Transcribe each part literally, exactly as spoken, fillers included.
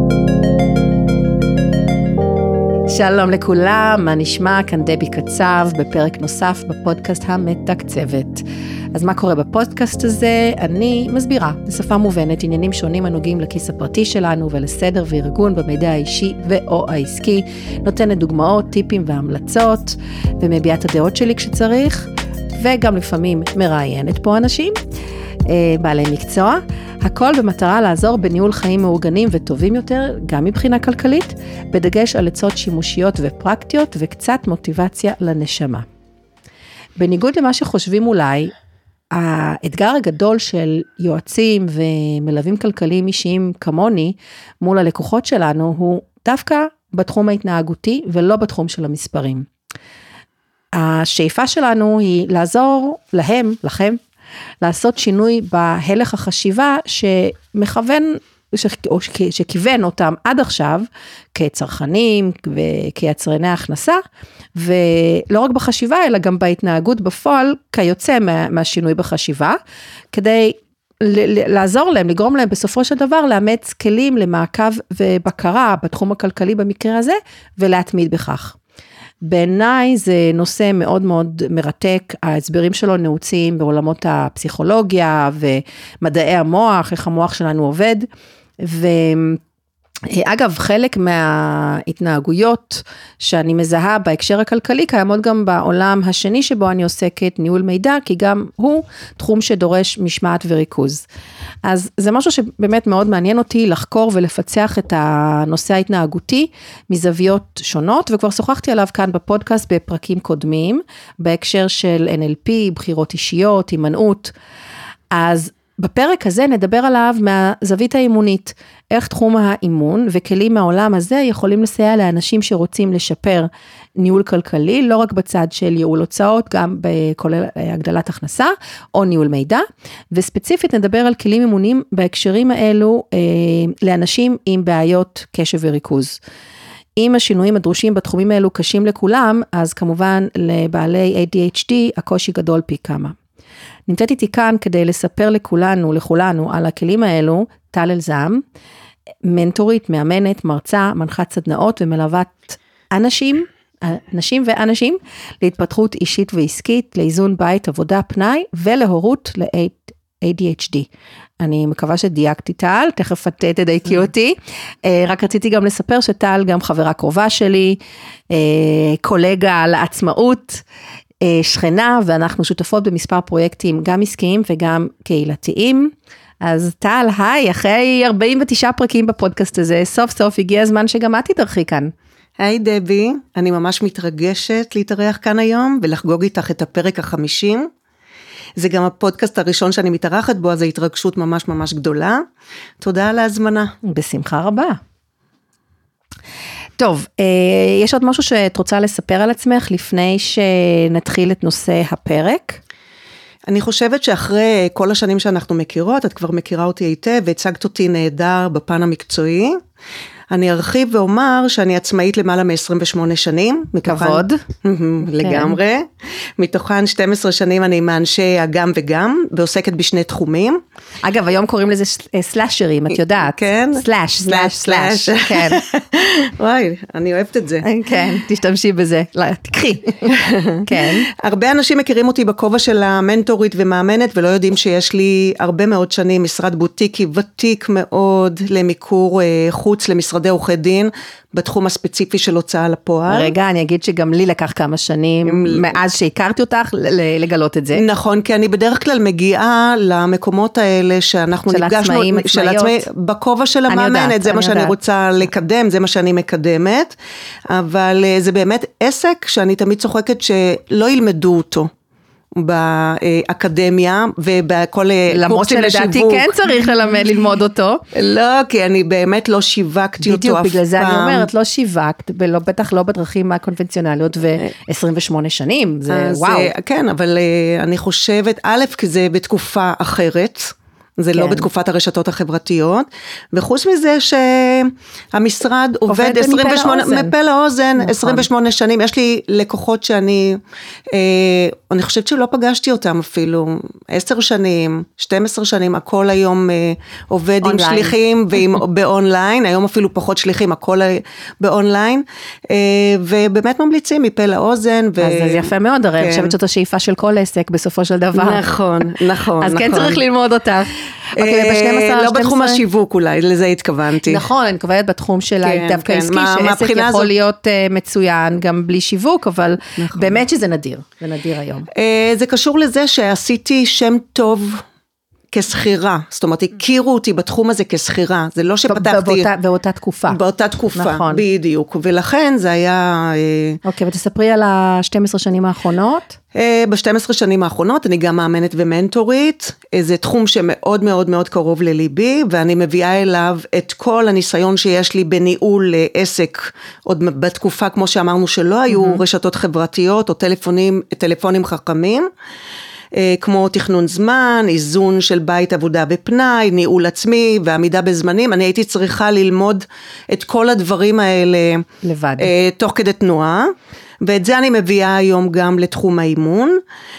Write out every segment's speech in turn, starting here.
שלום לכולם, מה נשמע? כאן דבי קצב בפרק נוסף בפודקאסט המתקצבת. אז מה קורה בפודקאסט הזה? אני מסבירה בשפה מובנת עניינים שונים הנוגעים לכיס הפרטי שלנו ולסדר וארגון במידע האישי ואו העסקי, נותנת דוגמאות, טיפים והמלצות ומביעה את הדעות שלי כשצריך, וגם לפעמים מראיינת פה אנשים, בעלי מקצוע, הכל במטרה לעזור בניהול חיים מאורגנים וטובים יותר, גם מבחינה כלכלית, בדגש על עצות שימושיות ופרקטיות וקצת מוטיבציה לנשמה. בניגוד למה שחושבים אולי, האתגר הגדול של יועצים ומלווים כלכליים אישיים כמוני מול הלקוחות שלנו הוא דווקא בתחום ההתנהגותי ולא בתחום של המספרים. השאיפה שלנו היא לעזור להם, לכם, לעשות שינוי בהלך החשיבה שמכוון, או שכיוון אותם עד עכשיו כצרכנים וכיצרני הכנסה, ולא רק בחשיבה אלא גם בהתנהגות בפועל כיוצא מהשינוי בחשיבה, כדי לעזור להם, לגרום להם בסופו של דבר לאמץ כלים למעקב ובקרה בתחום הכלכלי במקרה הזה, ולהתמיד בכך. בעיניי זה נושא מאוד מאוד מרתק, ההסברים שלו נעוצים בעולמות הפסיכולוגיה ומדעי המוח, איך המוח שלנו עובד, ואגב חלק מההתנהגויות שאני מזהה בהקשר הכלכלי, קיימות גם בעולם השני שבו אני עוסקת, ניהול מידע, כי גם הוא תחום שדורש משמעת וריכוז. אז זה משהו שבאמת מאוד מעניין אותי לחקור ולפצח את הנושא ההתנהגותי מזוויות שונות, וכבר שוחחתי עליו כאן בפודקאסט בפרקים קודמים, בהקשר של אן אל פי, בחירות אישיות, הימנעות. אז בפרק הזה נדבר עליו מהזווית האימונית, איך תחום האימון וכלים מהעולם הזה יכולים לסייע לאנשים שרוצים לשפר ניהול כלכלי, לא רק בצד של ייעול הוצאות, גם בכולל הגדלת הכנסה או ניהול מידע, וספציפית נדבר על כלים אימוניים בהקשרים האלו אה, לאנשים עם בעיות קשב וריכוז. אם השינויים הדרושים בתחומים האלו קשים לכולם, אז כמובן לבעלי איי די אייץ' די הקושי גדול פי כמה. נמצאת איתי כאן כדי לספר לכולנו, לכולנו על הכלים האלו, טל אלזם, מנטורית, מאמנת, מרצה, מנחת סדנאות ומלוות אנשים, אנשים ואנשים, להתפתחות אישית ועסקית, לאיזון בית, עבודה, פנאי, ולהורות ל-איי די אייץ' די. אני מקווה שדייקתי טל, תכף את תדייקי אותי, רק רציתי גם לספר שטל גם חברה קרובה שלי, קולגה לעצמאות, שכנה, ואנחנו שותפות במספר פרויקטים, גם עסקיים וגם קהילתיים. אז טל, היי, אחרי ארבעים ותשעה פרקים בפודקאסט הזה, סוף סוף הגיע הזמן שגם את תתארחי כאן. היי דבי, אני ממש מתרגשת להתארח כאן היום, ולחגוג איתך את הפרק החמישים. זה גם הפודקאסט הראשון שאני מתארחת בו, אז זו התרגשות ממש ממש גדולה. תודה על ההזמנה. בשמחה רבה. טוב, יש עוד משהו שאת רוצה לספר על עצמך לפני שנתחיל את נושא הפרק? אני חושבת שאחרי כל השנים שאנחנו מכירות, את כבר מכירה אותי היטב, והצגת אותי נהדר בפן המקצועי. אני ארחיב ואומר שאני עצמאית למעלה מ-עשרים ושמונה שנים. כבוד. לגמרי. מתוכן שתים עשרה שנים אני מאנשי הגם וגם, ועוסקת בשני תחומים. אגב, היום קוראים לזה סלאשרים, את יודעת. כן. סלאש, סלאש, סלאש. כן. וואי, אני אוהבת את זה. כן, תשתמשי בזה. תקחי. כן. הרבה אנשים מכירים אותי בכובע של המנטורית ומאמנת, ולא יודעים שיש לי הרבה מאוד שנים משרד בוטיקי ותיק מאוד למיקור חוץ למשרדי עורכי דין, בתחום הספציפי של הוצאה לפועל. רגע, אני אגיד שגם לי לקח כמה שנים, מאז שהכרתי אותך, לגלות את זה. נכון, כי אני בדרך כלל מגיעה למקומות האלה, שאנחנו נפגשנו, של עצמאיות, בכובע של המאמנת, זה מה שאני רוצה לקדם, זה מה שאני מקדמת, אבל זה באמת עסק, שאני תמיד צוחקת שלא ילמדו אותו. באקדמיה ובכל למרות שלדעתי כן צריך ללמד ללמוד אותו. לא, כי אני באמת לא שיווקתי אותו אף פעם. בדיוק, בגלל זה אני אומרת, לא שיווקת, בטח לא בדרכים הקונבנציונליות ו-עשרים ושמונה שנים, זה וואו. כן, אבל אני חושבת, א', כי זה בתקופה אחרת, זה לא בתקופת הרשתות החברתיות, וחוץ מזה המשרד עובד עשרים ושמונה, מפה לאוזן, נכון. עשרים ושמונה שנים, יש לי לקוחות שאני, אה, אני חושבת שלא פגשתי אותם אפילו, עשר שנים, שתים עשרה שנים, הכל היום אה, עובד אונליין. עם שליחים ועם, באונליין, היום אפילו פחות שליחים, הכל באונליין, אה, ובאמת ממליצים מפה לאוזן. ו... אז זה יפה מאוד, הרי אני חושבת שאת השאיפה של כל עסק בסופו של דבר. נכון, נכון. אז כן צריך ללמוד אותה. לא בתחום השיווק אולי, לזה התכוונתי. נכון, אני מתכוונת בתחום של דווקא עסקי, שעסק יכול להיות מצוין גם בלי שיווק, אבל באמת שזה נדיר, זה נדיר היום. זה קשור לזה שעשיתי שם טוב כסחירה, זאת אומרת, הכירו אותי בתחום הזה כסחירה, זה לא שפתחתי... באותה תקופה. באותה תקופה, בדיוק, ולכן זה היה... אוקיי, ותספרי על ה-שתים עשרה שנים האחרונות. ב-שתים עשרה שנים האחרונות, אני גם מאמנת ומנטורית, זה תחום שמאוד מאוד מאוד קרוב לליבי, ואני מביאה אליו את כל הניסיון שיש לי בניהול עסק, עוד בתקופה, כמו שאמרנו, שלא היו רשתות חברתיות, או טלפונים, טלפונים חכמים, כמו תכנון זמן, איזון של בית עבודה בפנאי, ניהול עצמי ועמידה בזמנים, אני הייתי צריכה ללמוד את כל הדברים האלה לבד. תוך כדי תנועה, ואת זה אני מביאה היום גם לתחום האימון,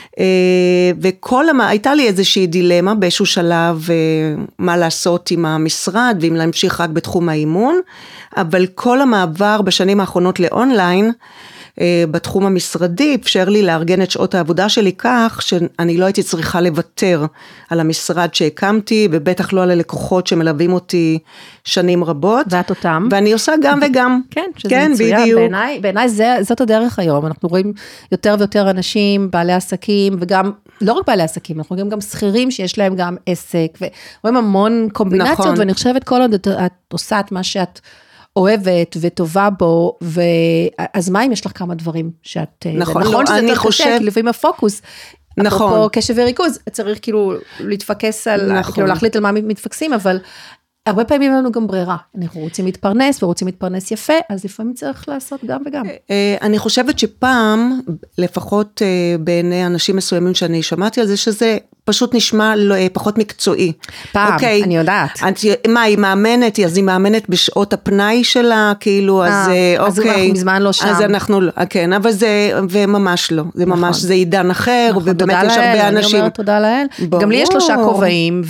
וכל המה, הייתה לי איזושהי דילמה באיזשהו שלב מה לעשות עם המשרד, ואם להמשיך רק בתחום האימון, אבל כל המעבר בשנים האחרונות לאונליין, בתחום המשרדי, אפשר לי לארגן את שעות העבודה שלי כך, שאני לא הייתי צריכה לוותר על המשרד שהקמתי, ובטח לא על הלקוחות שמלווים אותי שנים רבות. ואת אותם. ואני עושה גם וגם. כן, שזה כן, מצוין. בדיוק. בעיניי, בעיניי זה, זאת הדרך היום. אנחנו רואים יותר ויותר אנשים, בעלי עסקים, וגם, לא רק בעלי עסקים, אנחנו רואים גם שכירים שיש להם גם עסק, ורואים המון קומבינציות, נכון. ואני חושבת כל עוד את, את עושה את מה שאת אוהבת וטובה בו, ואז מה אם יש לך כמה דברים שאת, נכון, נכון שזה יותר חושב... קשה, כי לפעמים הפוקוס, נכון. אפרופו קשב וריכוז, צריך כאילו להתפקס על, נכון. כאילו להחליט על מה מתפקסים, אבל הרבה פעמים לנו גם ברירה, אנחנו רוצים להתפרנס, ורוצים להתפרנס יפה, אז לפעמים צריך לעשות גם וגם. אני חושבת שפעם, לפחות בעיני אנשים מסוימים שאני שמעתי על זה, שזה פשוט נשמע פחות מקצועי. פעם, אוקיי, אני יודעת. מה, היא מאמנת, אז היא מאמנת בשעות הפנאי שלה, כאילו, אז אוקיי. אז אנחנו מזמן לא שם. אז אנחנו, כן, אבל זה, וממש לא, זה ממש, זה עידן אחר, ובאמת יש הרבה אנשים. אני אומרת תודה לאל. גם לי יש שלושה כובעים,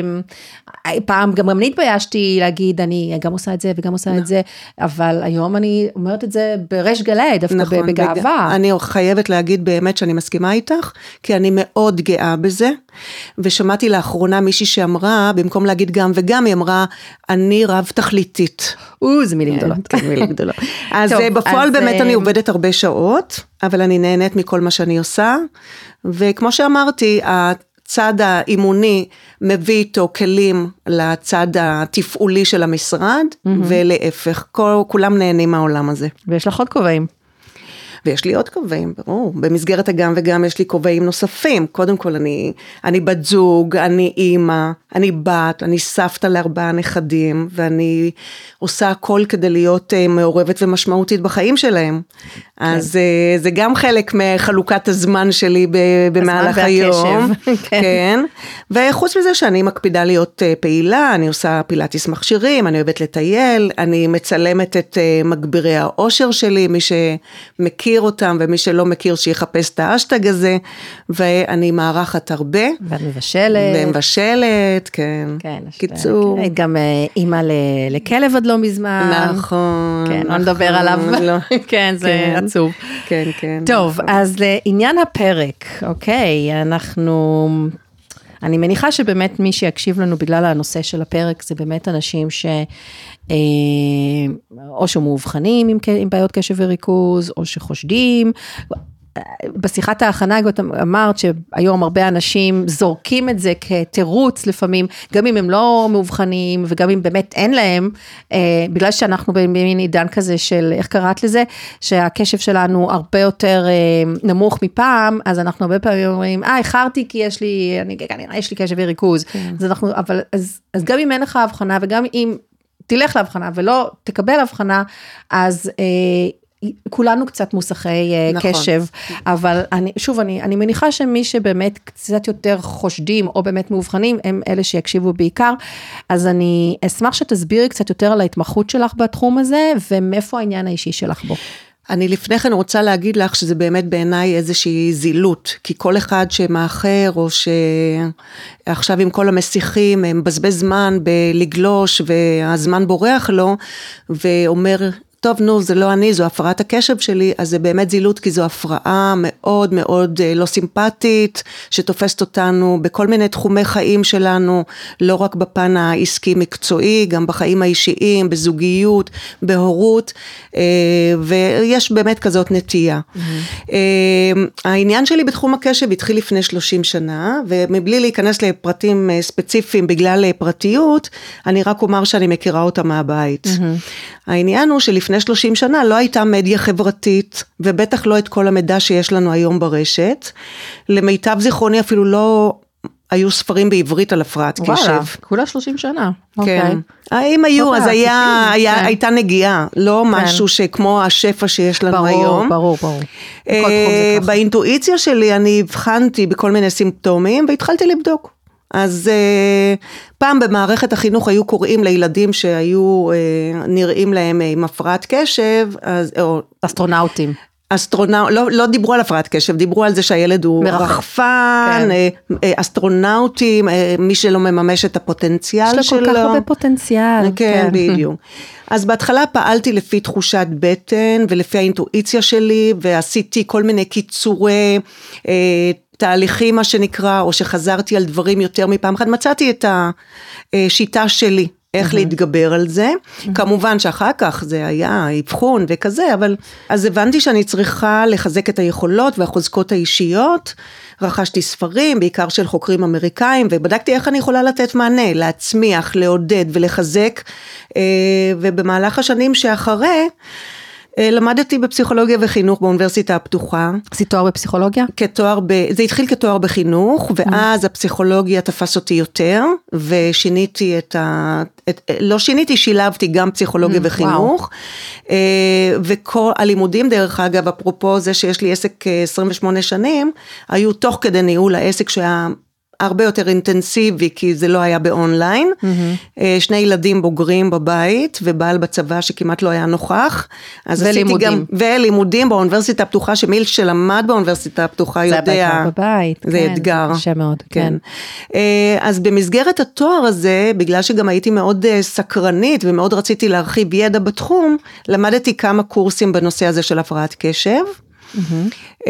ופעם גם אני התביישתי להגיד, אני גם עושה את זה, וגם עושה את זה, אבל היום אני אומרת את זה בריש גלי, דווקא בגאווה. אני חייבת להגיד באמת שאני מסכימה איתך, כי אני מאוד גאה בזה, ושמעתי לאחרונה מישהי שאמרה, במקום להגיד גם וגם, היא אמרה, אני רב תכליתית. או, זה מילים גדולות, כן, מילים גדולות. אז בפועל באמת אני עובדת הרבה שעות, אבל אני נהנית מכל מה שאני עושה, וכמו שאמרתי, הצד האימוני מביא איתו כלים לצד התפעולי של המשרד, ולהפך, כולם נהנים מהעולם הזה. ויש לך עוד כובעים. ויש לי עוד כובעים, ברור, במסגרת הגם וגם יש לי כובעים נוספים, קודם כל אני, אני בת זוג, אני אימא, אני בת, אני סבתא לארבעה נכדים, ואני עושה הכל כדי להיות מעורבת ומשמעותית בחיים שלהם, כן. אז זה גם חלק מחלוקת הזמן שלי במהלך היום, כן. כן, וחוץ מזה שאני מקפידה להיות פעילה, אני עושה פילאטיס מכשירים, אני אוהבת לטייל, אני מצלמת את מגבירי האושר שלי, מי שמכיר אותם, ומי שלא מכיר שיחפש את האשטג הזה, ואני מערכת הרבה. ואת מבשלת. ומבשלת, כן. כן. קיצור. היית גם אימא לכלב עד לא מזמן. נכון. כן, לא נדבר עליו. כן, זה עצוב. כן, כן. טוב, אז לעניין הפרק, אוקיי, אנחנו... אני מניחה שבאמת מי שיקשיב לנו בגלל הנושא של הפרק, זה באמת אנשים ש... או שמאובחנים עם, עם בעיות קשב וריכוז, או שחושדים. בשיחת ההכנה אמרת שהיום הרבה אנשים זורקים את זה כתירוץ לפעמים, גם אם הם לא מאובחנים, וגם אם באמת אין להם, בגלל שאנחנו במין עידן כזה של, איך קראת לזה, שהקשב שלנו הרבה יותר נמוך מפעם, אז אנחנו הרבה פעמים אומרים, אה, איחרתי כי יש לי, אני, כנראה יש לי קשב וריכוז, כן. אז אנחנו, אבל, אז, אז גם אם אין לך הבחנה, וגם אם תלך להבחנה ולא תקבל הבחנה, אז אה, כולנו קצת מוסכי נכון. קשב, אבל אני, שוב, אני, אני מניחה שמי שבאמת קצת יותר חושדים, או באמת מאובחנים, הם אלה שיקשיבו בעיקר, אז אני אשמח שתסבירי קצת יותר על ההתמחות שלך בתחום הזה, ומאיפה העניין האישי שלך בו. אני לפני כן רוצה להגיד לך שזה באמת בעיניי איזושהי זילות, כי כל אחד שמאחר או שעכשיו עם כל המסיכים מבזבז זמן בלגלוש והזמן בורח לו ואומר טוב נו זה לא אני, זו הפרעת הקשב שלי, אז זה באמת זילות כי זו הפרעה מאוד מאוד לא סימפטית, שתופסת אותנו בכל מיני תחומי חיים שלנו, לא רק בפן העסקי מקצועי, גם בחיים האישיים, בזוגיות, בהורות, ויש באמת כזאת נטייה. Mm-hmm. העניין שלי בתחום הקשב התחיל לפני שלושים שנה, ומבלי להיכנס לפרטים ספציפיים בגלל פרטיות, אני רק אומר שאני מכירה אותה מהבית. Mm-hmm. העניין הוא שלפני שלושים שנה לא הייתה מדיה חברתית, ובטח לא את כל המידע שיש לנו היום ברשת. למיטב זיכרוני אפילו לא היו ספרים בעברית על הפרעת קשב. וואלה, כולה שלושים שנה. כן. אם היו, אז הייתה נגיעה, לא משהו שכמו השפע שיש לנו היום. ברור, ברור, ברור. באינטואיציה שלי אני הבחנתי בכל מיני סימפטומים, והתחלתי לבדוק. אז uh, פעם במערכת החינוך היו קוראים לילדים שהיו uh, נראים להם עם הפרעת קשב, אז, או, אסטרונאוטים. אסטרונאוט, לא, לא דיברו על הפרעת קשב, דיברו על זה שהילד הוא רחפן, כן. אסטרונאוטים, מי שלא מממש את הפוטנציאל שלו. יש לו כל כך הרבה פוטנציאל. כן, כן. בדיוק. אז בהתחלה פעלתי לפי תחושת בטן, ולפי האינטואיציה שלי, ועשיתי כל מיני קיצורי אה, תהליכים, מה שנקרא, או שחזרתי על דברים יותר מפעם אחת, מצאתי את השיטה שלי. איך להתגבר על זה, כמובן שאחר כך זה היה אבחון וכזה, אבל אז הבנתי שאני צריכה לחזק את היכולות והחוזקות האישיות, רכשתי ספרים, בעיקר של חוקרים אמריקאים, ובדקתי איך אני יכולה לתת מענה, להצמיח, לעודד ולחזק, ובמהלך השנים שאחרי, למדתי בפסיכולוגיה וחינוך באוניברסיטה הפתוחה. עשית תואר בפסיכולוגיה? כתואר ב... זה התחיל כתואר בחינוך, ואז הפסיכולוגיה תפס אותי יותר, ושיניתי את ה... את... לא שיניתי, שילבתי גם פסיכולוגיה וחינוך, וכל הלימודים דרך אגב, אפרופו זה שיש לי עסק עשרים ושמונה שנים, היו תוך כדי ניהול העסק שהיה... הרבה יותר אינטנסיבי, כי זה לא היה באונליין, mm-hmm. שני ילדים בוגרים בבית, ובעל בצבא שכמעט לא היה נוכח, אז ולימודים. עשיתי גם, ולימודים באוניברסיטה הפתוחה, שמיל שלמד באוניברסיטה הפתוחה יודע, זה בעיקר בבית, זה כן, אתגר, קשה מאוד, כן. כן. אז במסגרת התואר הזה, בגלל שגם הייתי מאוד סקרנית, ומאוד רציתי להרחיב ידע בתחום, למדתי כמה קורסים בנושא הזה של הפרעת קשב, Mm-hmm.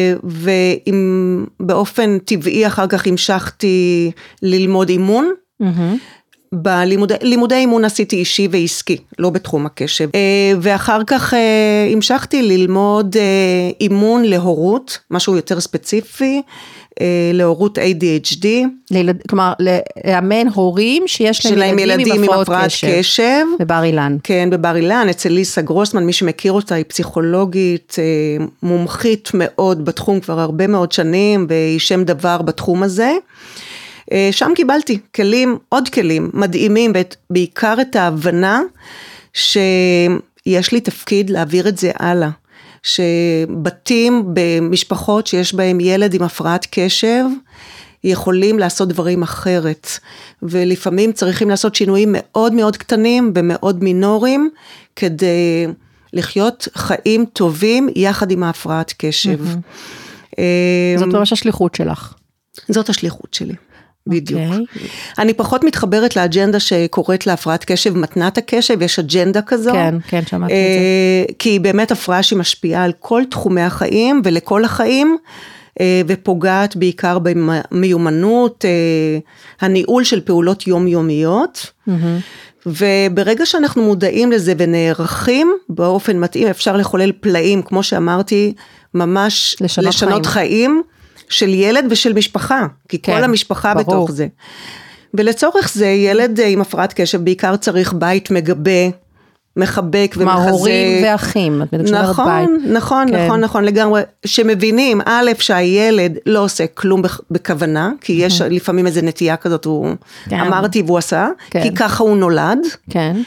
ובאופן טבעי אחר כך המשכתי ללמוד אימון, mm-hmm. בלימודי, לימודי אימון עשיתי אישי ועסקי, לא בתחום הקשב, ואחר כך המשכתי ללמוד אימון להורות, משהו יותר ספציפי, להורות איי די אייץ' די. לילד, כלומר, לאמן הורים שיש להם ילדים, ילדים עם הפרעת קשב. קשב. בבר אילן. כן, בבר אילן, אצל ליסה גרוסמן, מי שמכיר אותה, היא פסיכולוגית, מומחית מאוד בתחום כבר הרבה מאוד שנים, והיא שם דבר בתחום הזה. שם קיבלתי כלים, עוד כלים מדהימים, בעיקר את ההבנה שיש לי תפקיד להעביר את זה הלאה. שבתים במשפחות שיש בהם ילד עם הפרעת קשב, יכולים לעשות דברים אחרת, ולפעמים צריכים לעשות שינויים מאוד מאוד קטנים, ומאוד מינוריים, כדי לחיות חיים טובים, יחד עם ההפרעת קשב. זאת ממש השליחות שלך. זאת השליחות שלי. בדיוק. Okay. אני פחות מתחברת לאג'נדה שקוראת להפרעת קשב, מתנת הקשב, יש אג'נדה כזו. כן, כן, שמעתי את זה. כי היא באמת הפרעה שמשפיעה על כל תחומי החיים ולכל החיים, ופוגעת בעיקר במיומנות, הניהול של פעולות יומיומיות, mm-hmm. וברגע שאנחנו מודעים לזה ונערכים, באופן מתאים אפשר לחולל פלאים, כמו שאמרתי, ממש לשנות, לשנות חיים. חיים, של ילד ושל משפחה, כי כן, כל המשפחה ברור. בתוך זה. ולצורך זה, ילד עם הפרעת קשב בעיקר צריך בית מגבה, מחבק ומחזק. מההורים ואחים, את מדברת נכון, בית. נכון, כן. נכון, נכון, לגמרי, שמבינים, א', שהילד לא עושה כלום בכוונה, כי יש לפעמים איזו נטייה כזאת, הוא כן. אמרתי והוא עשה, כן. כי ככה הוא נולד. כן.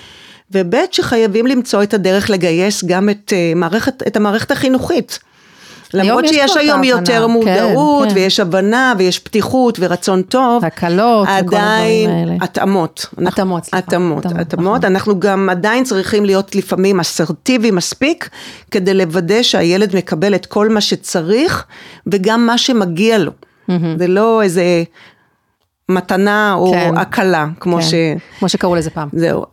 וב' שחייבים למצוא את הדרך לגייס גם את, מערכת, את המערכת החינוכית. למרות שיש היום יותר מודעות, כן, ויש כן. הבנה, ויש פתיחות, ורצון טוב. הקלות, עדיין התאמות. התאמות, סליחה. התאמות, התאמות. אנחנו גם עדיין צריכים להיות לפעמים אסרטיביים מספיק, כדי לוודא שהילד מקבל את כל מה שצריך, וגם מה שמגיע לו. זה לא איזה מתנה או כן. הקלה, כמו, כן. ש... כמו שקראו לזה פעם. זהו.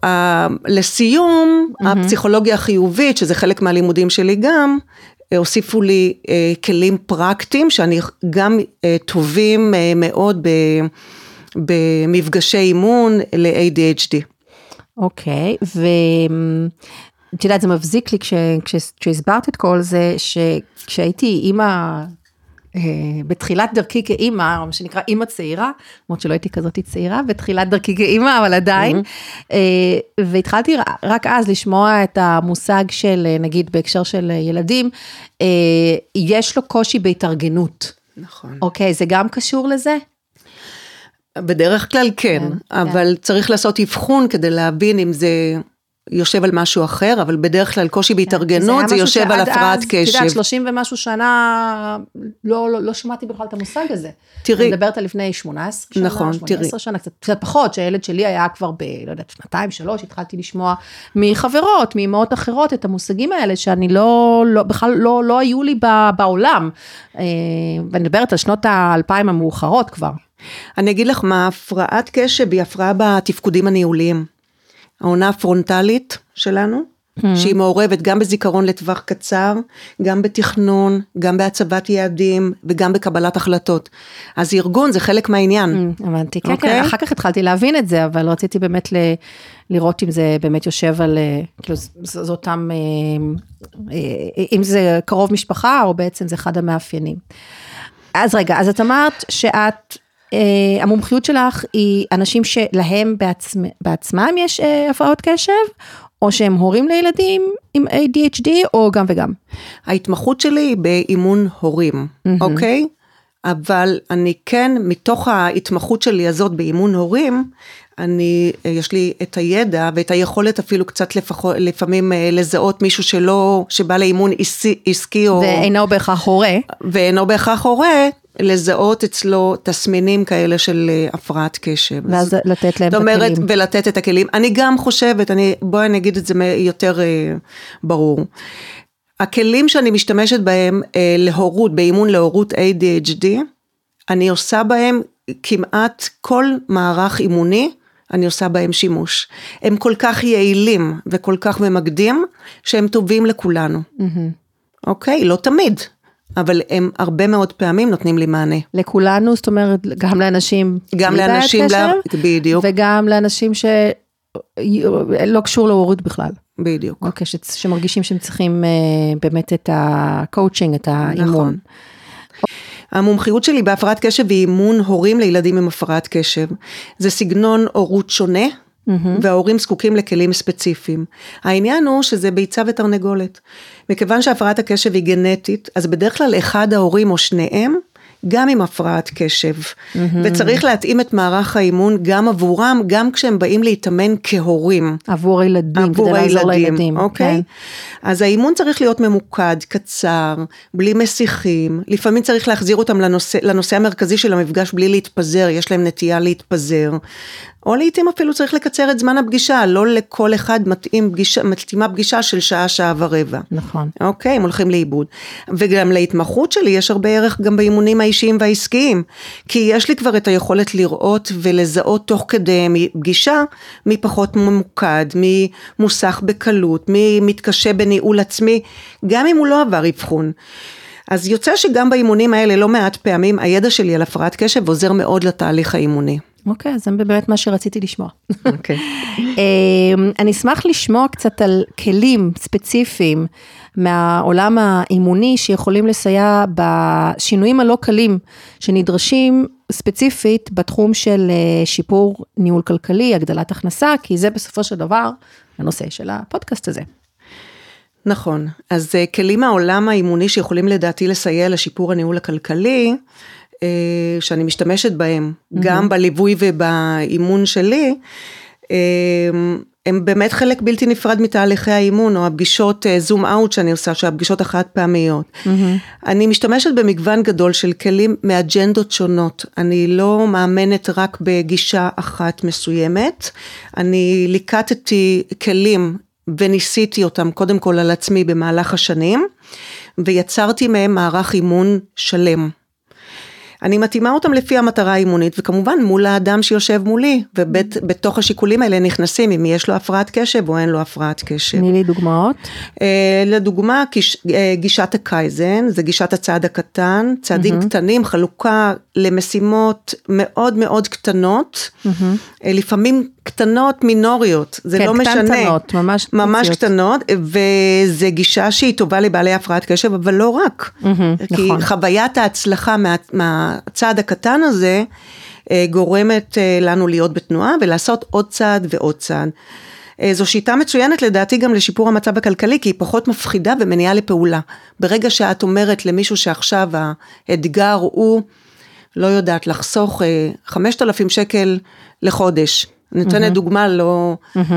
לסיום, הפסיכולוגיה החיובית, שזה חלק מהלימודים שלי גם, הוסיפו לי אה, כלים פרקטיים, שאני גם אה, טובים אה, מאוד ב, במפגשי אימון ל-איי די אייץ' די. אוקיי, ואת יודעת, זה מבזיק לי כש, כש, כשהסברת את כל זה, שכשהייתי אימא, בתחילת דרכי כאימא, או מה שנקרא אימא צעירה, למרות שלא הייתי כזאת צעירה, בתחילת דרכי כאימא, אבל עדיין, והתחלתי רק אז לשמוע את המושג של, נגיד בהקשר של ילדים, יש לו קושי בהתארגנות. נכון. אוקיי, זה גם קשור לזה? בדרך כלל כן, אבל צריך לעשות אבחון כדי להבין אם זה יושב על משהו אחר, אבל בדרך כלל קושי בהתארגנות, זה יושב על הפרעת קשב. תדעת, שלושים ומשהו שנה, לא שמעתי בכלל את המושג הזה. תראי. אני מדברת על לפני שמונה עשרה שנה, נכון, שמונה עשרה שנה, קצת פחות, שהילד שלי היה כבר ב, לא יודעת, שנתיים, שלוש, התחלתי לשמוע מחברות, מאמהות אחרות, את המושגים האלה, שאני לא, בכלל לא היו לי בעולם, ואני מדברת על שנות האלפיים המאוחרות כבר. אני אגיד לך מה, הפרעת קשב היא הפרעה בתפקודים הניהוליים. העונה הפרונטלית שלנו, mm-hmm. שהיא מעורבת גם בזיכרון לטווח קצר, גם בתכנון, גם בהצבת יעדים, וגם בקבלת החלטות. אז ארגון זה חלק מהעניין. Mm, הבנתי, כן, okay? כן, אחר כך התחלתי להבין את זה, אבל רציתי באמת ל, לראות אם זה באמת יושב על, כאילו, זה אותם, אם זה קרוב משפחה, או בעצם זה אחד המאפיינים. אז רגע, אז את אמרת שאת, Uh, המומחיות שלך היא אנשים שלהם בעצמם, בעצמם יש uh, הפרעות קשב, או שהם הורים לילדים עם איי די אייץ' די, או גם וגם? ההתמחות שלי היא באימון הורים, mm-hmm. אוקיי? אבל אני כן, מתוך ההתמחות שלי הזאת באימון הורים, אני, יש לי את הידע ואת היכולת אפילו קצת לפחות, לפעמים לזהות מישהו שלא, שבא לאימון עסקי או... ואינו בהכרח הורה. ואינו בהכרח הורה, לזהות אצלו תסמינים כאלה של הפרעת קשב. ואז לתת להם את אומרת, הכלים. ולתת את הכלים. אני גם חושבת, אני, בואי אני אגיד את זה יותר אה, ברור. הכלים שאני משתמשת בהם אה, להורות, באימון להורות איי די אייץ' די, אני עושה בהם כמעט כל מערך אימוני, אני עושה בהם שימוש. הם כל כך יעילים וכל כך ממקדים, שהם טובים לכולנו. Mm-hmm. אוקיי? לא תמיד. אבל הם הרבה מאוד פעמים נותנים לי מענה. לכולנו, זאת אומרת, גם לאנשים... גם לאנשים, לה... בדיוק. וגם לאנשים שלא קשור להורות בכלל. בדיוק. אוקיי, ש... שמרגישים שהם צריכים uh, באמת את הקואוצ'ינג, את האימון. נכון. המומחיות שלי בהפרעת קשב היא אימון הורים לילדים עם הפרעת קשב. זה סגנון הורות שונה, mm-hmm. וההורים זקוקים לכלים ספציפיים. העניין הוא שזה ביצה ותרנגולת. מכיוון שהפרעת הקשב היא גנטית, אז בדרך כלל אחד ההורים או שניהם, גם עם הפרעת קשב. Mm-hmm. וצריך להתאים את מערך האימון גם עבורם, גם כשהם באים להתאמן כהורים. עבור הילדים, עבור כדי הילדים, לעזור לילדים. אוקיי? כן. אז האימון צריך להיות ממוקד, קצר, בלי מסיכים. לפעמים צריך להחזיר אותם לנושא, לנושא המרכזי של המפגש, בלי להתפזר, יש להם נטייה להתפזר. או לעתים אפילו צריך לקצר את זמן הפגישה, לא לכל אחד מתאים פגישה, מתאימה פגישה של שעה, שעה ורבע. נכון. אוקיי, הם הולכים לאיבוד. וגם להתמחות שלי יש הרבה ערך גם באימונים האישיים והעסקיים, כי יש לי כבר את היכולת לראות ולזהות תוך כדי פגישה, מי פחות ממוקד, מי מוסך בקלות, מי מתקשה בניהול עצמי, גם אם הוא לא עבר אבחון. אז יוצא שגם באימונים האלה לא מעט פעמים, הידע שלי על הפרעת קשב עוזר מאוד לתהליך האימוני. אוקיי, אז זה באמת מה שרציתי לשמוע. אוקיי. אני אשמח לשמוע קצת על כלים ספציפיים מהעולם האימוני שיכולים לסייע בשינויים הלא קלים שנדרשים ספציפית בתחום של שיפור ניהול כלכלי, הגדלת הכנסה, כי זה בסופו של דבר הנושא של הפודקאסט הזה. נכון, אז כלים מהעולם האימוני שיכולים לדעתי לסייע לשיפור הניהול הכלכלי, שאני משתמשת בהם, mm-hmm. גם בליווי ובאימון שלי, הם באמת חלק בלתי נפרד מתהליכי האימון, או הפגישות זום אאוט שאני עושה, שהפגישות החד פעמיות. Mm-hmm. אני משתמשת במגוון גדול של כלים מאג'נדות שונות. אני לא מאמנת רק בגישה אחת מסוימת. אני ליקטתי כלים וניסיתי אותם קודם כל על עצמי במהלך השנים, ויצרתי מהם מערך אימון שלם. אני מתאימה אותם לפי המטרה האימונית, וכמובן מול האדם שיושב מולי, ובתוך השיקולים האלה נכנסים, אם יש לו הפרעת קשב או אין לו הפרעת קשב. תני לי דוגמאות. לדוגמה, גישת הקייזן, זה גישת הצעד הקטן, צעדים mm-hmm. קטנים, חלוקה למשימות מאוד מאוד קטנות, mm-hmm. לפעמים קטנות מינוריות, זה כן, לא משנה. כן, קטנות, ממש, ממש קטנות, וזה גישה שהיא טובה לבעלי הפרעת קשב, אבל לא רק. Mm-hmm, כי נכון. חוויית ההצלחה מה, מהצעד הקטן הזה, גורמת לנו להיות בתנועה, ולעשות עוד צעד ועוד צעד. זו שיטה מצוינת לדעתי גם לשיפור המצב הכלכלי, כי היא פחות מפחידה ומניעה לפעולה. ברגע שאת אומרת למישהו שעכשיו האתגר הוא, לא יודעת, לחסוך חמשת אלפים שקל לחודש, אני נותנת דוגמה, לא,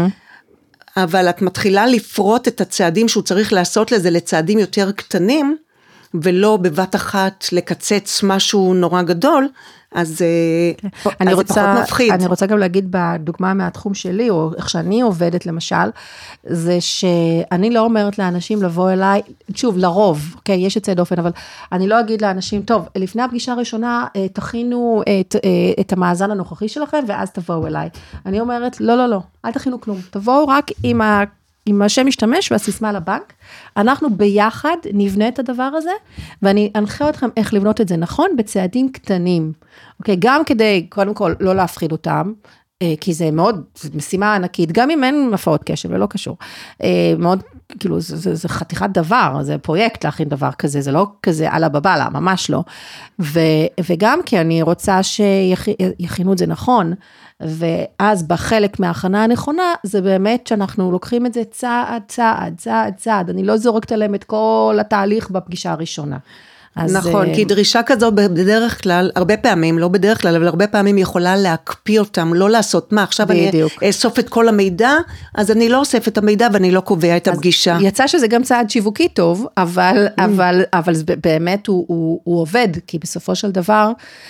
אבל את מתחילה לפרוט את הצעדים שהוא צריך לעשות לזה לצעדים יותר קטנים, ולא בבת אחת לקצץ משהו נורא גדול, אז זה פחות מפחיד. אני רוצה גם להגיד בדוגמה מהתחום שלי, או איך שאני עובדת למשל, זה שאני לא אומרת לאנשים לבוא אליי, שוב, לרוב, אוקיי, יש יוצא דופן, אבל אני לא אגיד לאנשים, טוב, לפני הפגישה הראשונה, תכינו את, את המאזן הנוכחי שלכם, ואז תבואו אליי. אני אומרת, לא, לא, לא, אל תכינו כלום, תבואו רק עם ה... עם השם משתמש והסיסמה לבנק, אנחנו ביחד נבנה את הדבר הזה, ואני אנחה אתכם איך לבנות את זה נכון, בצעדים קטנים, אוקיי, גם כדי, קודם כל, לא להפחיד אותם, כי זה מאוד, זו משימה ענקית, גם אם אין הפרעות קשב, ולא קשור, מאוד, כאילו, זה, זה, זה חתיכת דבר, זה פרויקט להכין דבר כזה, זה לא כזה על הבבלה, ממש לא, ו, וגם כי אני רוצה שיכינו את זה נכון, ואז בחלק מההכנה הנכונה, זה באמת שאנחנו לוקחים את זה צעד, צעד, צעד, צעד, אני לא זורקת עליהם את כל התהליך בפגישה הראשונה. נכון, כי דרישה כזו בדרך כלל, הרבה פעמים, לא בדרך כלל, אבל הרבה פעמים יכולה להקפיא אותם, לא לעשות מה, עכשיו אני אאסוף את כל המידע, אז אני לא אוסף את המידע ואני לא קובע את הפגישה. יצא שזה גם צעד שיווקי טוב, אבל, אבל, אבל באמת הוא, הוא, הוא עובד, כי בסופו של דבר,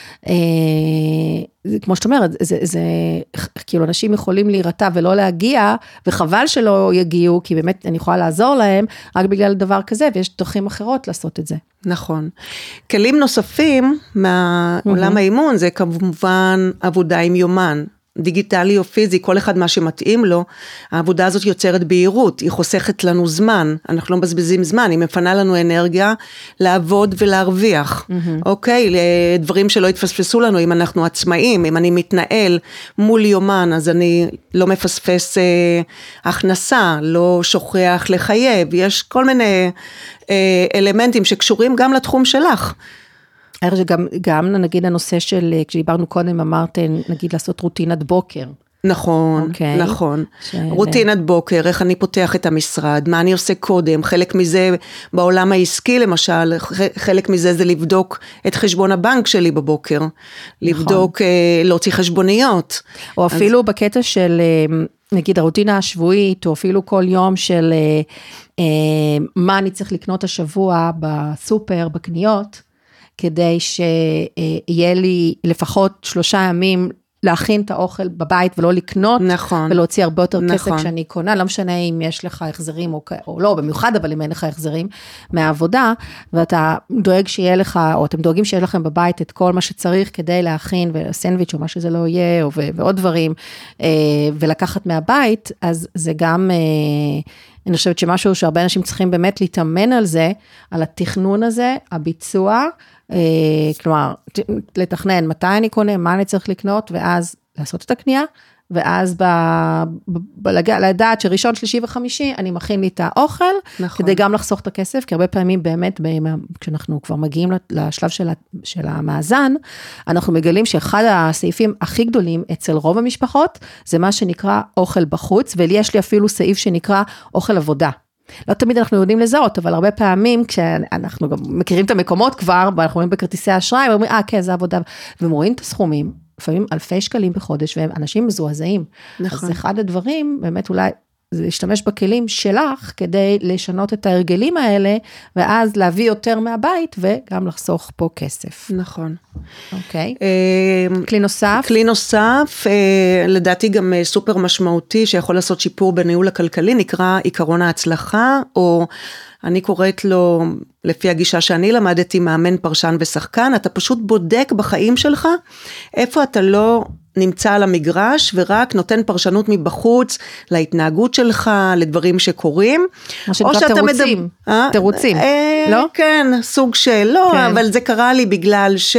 כמו שאת אומרת, זה, זה, כאילו אנשים יכולים להירתע ולא להגיע, וחבל שלא יגיעו, כי באמת אני יכולה לעזור להם, רק בגלל דבר כזה, ויש דרכים אחרות לעשות את זה. נכון. כלים נוספים מהעולם האימון, זה כמובן עבודה עם יומן, דיגיטלי או פיזי, כל אחד מה שמתאים לו, העבודה הזאת יוצרת בהירות, היא חוסכת לנו זמן, אנחנו לא מבזבזים זמן, היא מפנה לנו אנרגיה לעבוד ולהרוויח, אוקיי, לדברים שלא יתפספסו לנו, אם אנחנו עצמאים, אם אני מתנהל מול יומן, אז אני לא מפספס אה, הכנסה, לא שוכח לחייב, יש כל מיני אה, אלמנטים שקשורים גם לתחום שלך, גם, גם נגיד הנושא של, כשדיברנו קודם, אמרת, נגיד לעשות רוטינת בוקר. נכון, okay. נכון. ש... רוטינת בוקר, איך אני פותח את המשרד, מה אני עושה קודם, חלק מזה בעולם העסקי למשל, חלק מזה זה לבדוק את חשבון הבנק שלי בבוקר, נכון. לבדוק, להוציא חשבוניות. או אפילו אז... בקטע של, נגיד הרוטינה השבועית, או אפילו כל יום של מה אני צריך לקנות השבוע בסופר, בקניות, כדי שיהיה לי לפחות שלושה ימים להכין את האוכל בבית ולא לקנות, נכון, ולהוציא הרבה יותר נכון. כסף כשאני קונה, לא משנה אם יש לך החזרים או, או לא, במיוחד אבל אם אין לך החזרים מהעבודה, ואתה דואג שיהיה לך, או אתם דואגים שיהיה לכם בבית את כל מה שצריך כדי להכין, וסנדוויץ' או מה שזה לא יהיה, ו- ועוד דברים, ולקחת מהבית, אז זה גם... אני חושבת שמשהו שהרבה אנשים צריכים באמת להתאמן על זה, על התכנון הזה, הביצוע, כלומר, לתכנן מתי אני קונה, מה אני צריך לקנות, ואז לעשות את הקנייה, ואז ב, ב, ב, לדעת שראשון, שלישי וחמישי, אני מכין לי את האוכל, נכון. כדי גם לחסוך את הכסף, כי הרבה פעמים באמת, כשאנחנו כבר מגיעים לשלב של, של המאזן, אנחנו מגלים שאחד הסעיפים הכי גדולים אצל רוב המשפחות, זה מה שנקרא אוכל בחוץ, ויש לי אפילו סעיף שנקרא אוכל עבודה. לא תמיד אנחנו יודעים לזהות, אבל הרבה פעמים, כשאנחנו גם מכירים את המקומות כבר, ואנחנו רואים בכרטיסי האשראי, ואומרים, אה, כן, זה עבודה, והם רואים את הסכומים, לפעמים אלפי שקלים בחודש, והם אנשים מזועזעים. נכון. אז אחד הדברים, באמת אולי, זה להשתמש בכלים שלך, כדי לשנות את ההרגלים האלה, ואז להביא יותר מהבית, וגם לחסוך פה כסף. נכון. אוקיי. כלי נוסף? כלי נוסף, לדעתי גם סופר משמעותי, שיכול לעשות שיפור בניהול הכלכלי, נקרא עיקרון ההצלחה, או אני קוראת לו, לפי הגישה שאני למדתי, מאמן, פרשן ושחקן, אתה פשוט בודק בחיים שלך, איפה אתה לא נמצא על המגרש, ורק נותן פרשנות מבחוץ, להתנהגות שלך, לדברים שקורים. מה שנקרא תירוצים, מדבר... תירוצים, אה, לא? כן, סוג של, לא, כן. אבל זה קרה לי בגלל ש...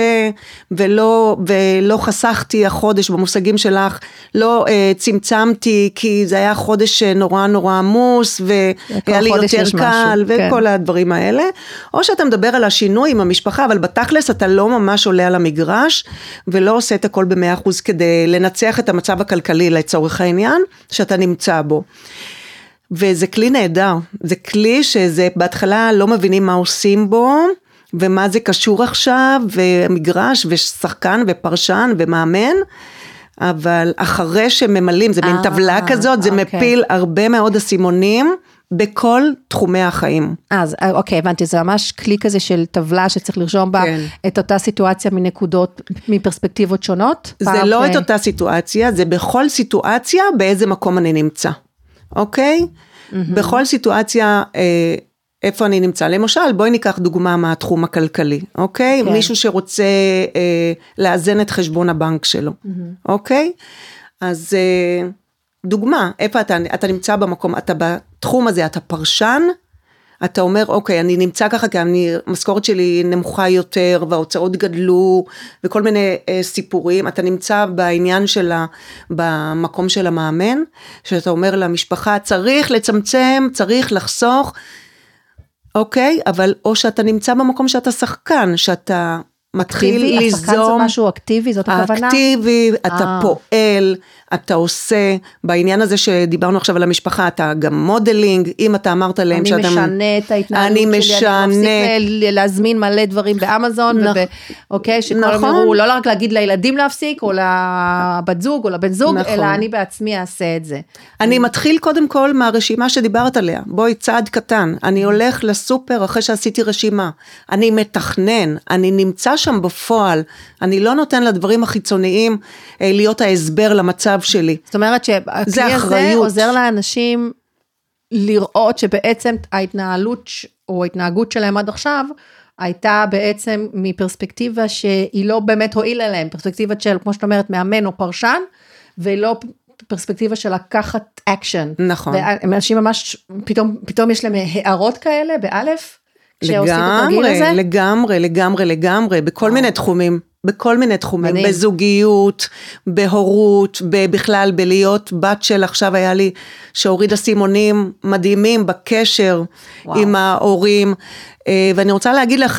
ולא, ולא חסכתי החודש, במושגים שלך, לא אה, צמצמתי, כי זה היה חודש נורא נורא עמוס, והיה לי יותר קל, משהו. וכל כן. הדברים האלה. או שאתה מדבר על השינוי עם המשפחה, אבל בתכלס אתה לא ממש עולה על המגרש, ולא עושה את הכל במאה אחוז כדי לנצח את המצב הכלכלי לצורך העניין, שאתה נמצא בו. וזה כלי נהדר, זה כלי שזה בהתחלה לא מבינים מה עושים בו, ומה זה קשור עכשיו, ומגרש, ושחקן, ופרשן, ומאמן, אבל אחרי שממלאים, זה מין טבלה כזאת, זה מפיל הרבה מאוד הסימונים, בכל תחומי החיים. אז אוקיי, הבנתי, זה ממש כלי כזה של טבלה שצריך לרשום בה כן. את אותה סיטואציה מנקודות, מפרספקטיבות שונות? זה לא ו... את אותה סיטואציה, זה בכל סיטואציה באיזה מקום אני נמצא. אוקיי? Mm-hmm. בכל סיטואציה, אה, איפה אני נמצא? למשל, בואי ניקח דוגמה מהתחום הכלכלי, אוקיי? כן. מישהו שרוצה אה, לאזן את חשבון הבנק שלו, mm-hmm. אוקיי? אז... אה, דוגמה, איפה אתה, אתה נמצא במקום, אתה בתחום הזה, אתה פרשן, אתה אומר, אוקיי, אני נמצא ככה, כי אני, המשכורת שלי נמוכה יותר, וההוצאות גדלו, וכל מיני אה, סיפורים, אתה נמצא בעניין שלה, במקום של המאמן, שאתה אומר למשפחה, צריך לצמצם, צריך לחסוך, אוקיי, אבל או שאתה נמצא במקום שאתה שחקן, שאתה מתחיל אקטיבי, ליזום. השחקן זה משהו אקטיבי, זאת הכוונה? אקטיבי, אתה פועל, אתה עושה, בעניין הזה שדיברנו עכשיו על המשפחה, אתה גם מודלינג, אם אתה אמרת להם אני שאתה... משנה את ההתנהלות אני שלי, משנה... אני מפסיק להזמין מלא דברים באמזון, נכון. וב... אוקיי, שכל אמרו, לא רק להגיד לילדים להפסיק, או לבת זוג, או לבן זוג, נכון. אלא אני בעצמי אעשה את זה. אני מתחיל קודם כל מהרשימה שדיברת עליה, בואי צעד קטן, אני הולך לסופר אחרי שעשיתי רשימה, אני מתכנן, אני נמצא שם בפועל, אני לא נותן לדברים החיצוניים להיות ההסבר למצב שלי. זאת אומרת שהכלי הזה עוזר לאנשים לראות שבעצם ההתנהלות או ההתנהגות שלהם עד עכשיו, הייתה בעצם מפרספקטיבה שהיא לא באמת הועילה להם, פרספקטיבה של, כמו שאת אומרת, מאמן או פרשן, ולא פרספקטיבה של לקחת אקשן. נכון. ואנשים ממש, פתאום, פתאום יש להם הערות כאלה, באלף, כשעושים את התרגיל הזה? לגמרי, לגמרי, לגמרי, בכל מיני תחומים. בכל מיני תחומים, מדהים. בזוגיות, בהורות, בכלל, בלהיות בת של, עכשיו היה לי, שהורידה סימונים מדהימים בקשר וואו. עם ההורים, ואני רוצה להגיד לך,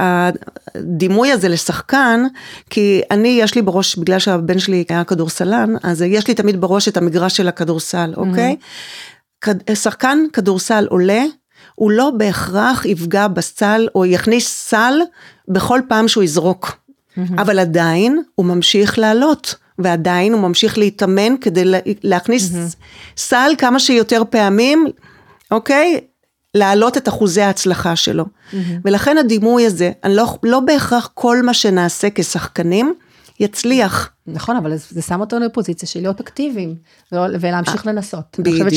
הדימוי הזה לשחקן, כי אני, יש לי בראש, בגלל שהבן שלי היה כדורסלן, אז יש לי תמיד בראש את המגרש של הכדורסל, אוקיי? Mm-hmm. שחקן כדורסל עולה, הוא לא בהכרח יפגע בסל, או יכניס סל, בכל פעם שהוא יזרוק. אבל עדיין הוא ממשיך לעלות, ועדיין הוא ממשיך להתאמן כדי להכניס סל כמה שיותר פעמים, אוקיי? להעלות את אחוזי ההצלחה שלו. ולכן הדימוי הזה, אני לא, לא בהכרח כל מה שנעשה כשחקנים, יצליח. נכון, אבל זה שם אותנו לפוזיציה של להיות אקטיביים, ולהמשיך לנסות. אני חושבת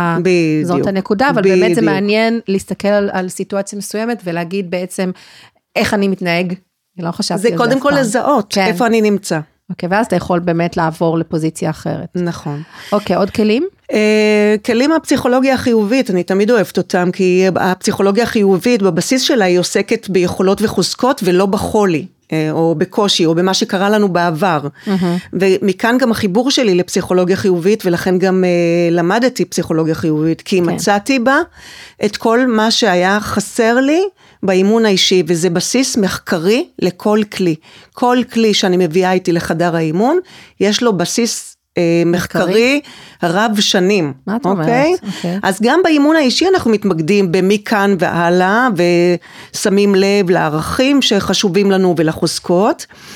שזאת הנקודה, אבל באמת זה מעניין להסתכל על, על סיטואציה מסוימת, ולהגיד בעצם איך אני מתנהג, לא חשבתי זה קודם כל לזהות, כן. איפה אני נמצא. אוקיי, ואז אתה יכול באמת לעבור לפוזיציה אחרת. נכון. אוקיי, עוד כלים? אה, כלים הפסיכולוגיה החיובית, אני תמיד אוהבת אותם, כי הפסיכולוגיה החיובית, בבסיס שלה היא עוסקת ביכולות וחוזקות, ולא בחולי, או בקושי, או במה שקרה לנו בעבר. Mm-hmm. ומכאן גם החיבור שלי לפסיכולוגיה חיובית, ולכן גם אה, למדתי פסיכולוגיה חיובית, כי כן. מצאתי בה את כל מה שהיה חסר לי, באימון האישי, וזה בסיס מחקרי לכל כלי. כל כלי שאני מביאה איתי לחדר האימון, יש לו בסיס אה, מחקרי רב שנים. מה את אומרת? אוקיי? אוקיי. אז גם באימון האישי אנחנו מתמקדים במכאן והלאה, ושמים לב לערכים שחשובים לנו ולחוזקות.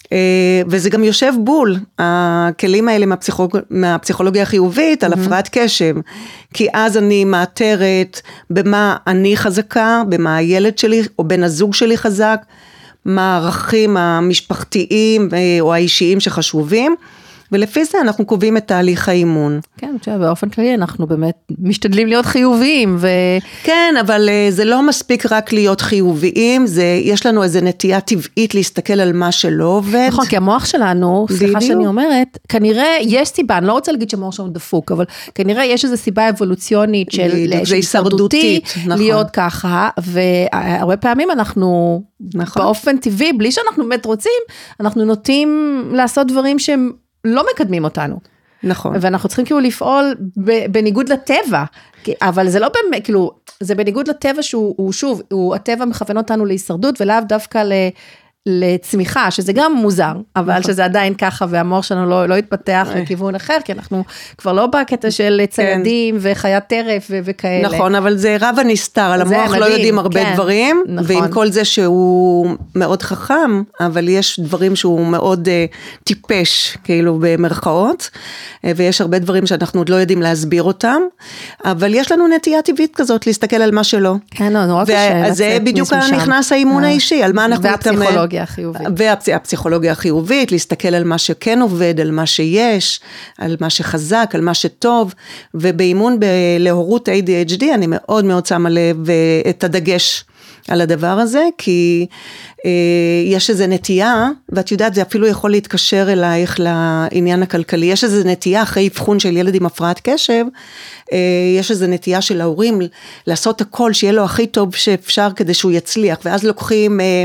וזה גם יושב בול, הכלים האלה מהפסיכולוג... מהפסיכולוגיה החיובית, על הפרעת קשב, כי אז אני מאתרת במה אני חזקה, במה הילד שלי או בן הזוג שלי חזק, מה הערכים המשפחתיים או האישיים שחשובים, ולפי זה אנחנו קובעים את תהליך האימון. כן, באופן כללי אנחנו באמת משתדלים להיות חיוביים. ו... כן, אבל זה לא מספיק רק להיות חיוביים, זה, יש לנו איזו נטייה טבעית להסתכל על מה שלא עובד. נכון, כי המוח שלנו, סליחה שאני אומרת, כנראה יש סיבה, אני לא רוצה להגיד שהמוח שלנו דפוק, אבל כנראה יש איזו סיבה אבולוציונית של הישרדותית, נכון. להיות ככה, והרבה פעמים אנחנו, נכון. באופן טבעי, בלי שאנחנו באמת רוצים, אנחנו נוטים לעשות דברים שהם לא מקדמים אותנו. נכון. ואנחנו צריכים כאילו לפעול בניגוד לטבע, אבל זה לא באמת, כאילו, זה בניגוד לטבע שהוא, שוב, הוא, הטבע מכוון אותנו להישרדות, ולאו דווקא ל... לצמיחה, שזה גם מוזר, אבל שזה עדיין ככה, והמוח שלנו לא, לא יתפתח לכיוון אחר, כי אנחנו כבר לא בקטע של ציידים וחיית טרף וכאלה. נכון, אבל זה רב הנסתר, על המוח לא יודעים הרבה דברים, ועם כל זה שהוא מאוד חכם, אבל יש דברים שהוא מאוד טיפש, כאילו במרכאות, ויש הרבה דברים שאנחנו עוד לא יודעים להסביר אותם, אבל יש לנו נטייה טבעית כזאת, להסתכל על מה שלא. כן, נורא קשה. וזה בדיוק נכנס האימון האישי, על מה אנחנו והפסיכולוגיה. החיובית. והפסיכולוגיה החיובית, להסתכל על מה שכן עובד, על מה שיש, על מה שחזק, על מה שטוב, ובאימון להורות איי די אייץ' די, אני מאוד מאוד שמה לב את הדגש על הדבר הזה, כי אה, יש איזו נטייה, ואת יודעת, זה אפילו יכול להתקשר אלייך לעניין הכלכלי, יש איזו נטייה אחרי אבחון של ילד עם הפרעת קשב, אה, יש איזו נטייה של ההורים, לעשות הכל שיהיה לו הכי טוב שאפשר, כדי שהוא יצליח, ואז לוקחים... אה,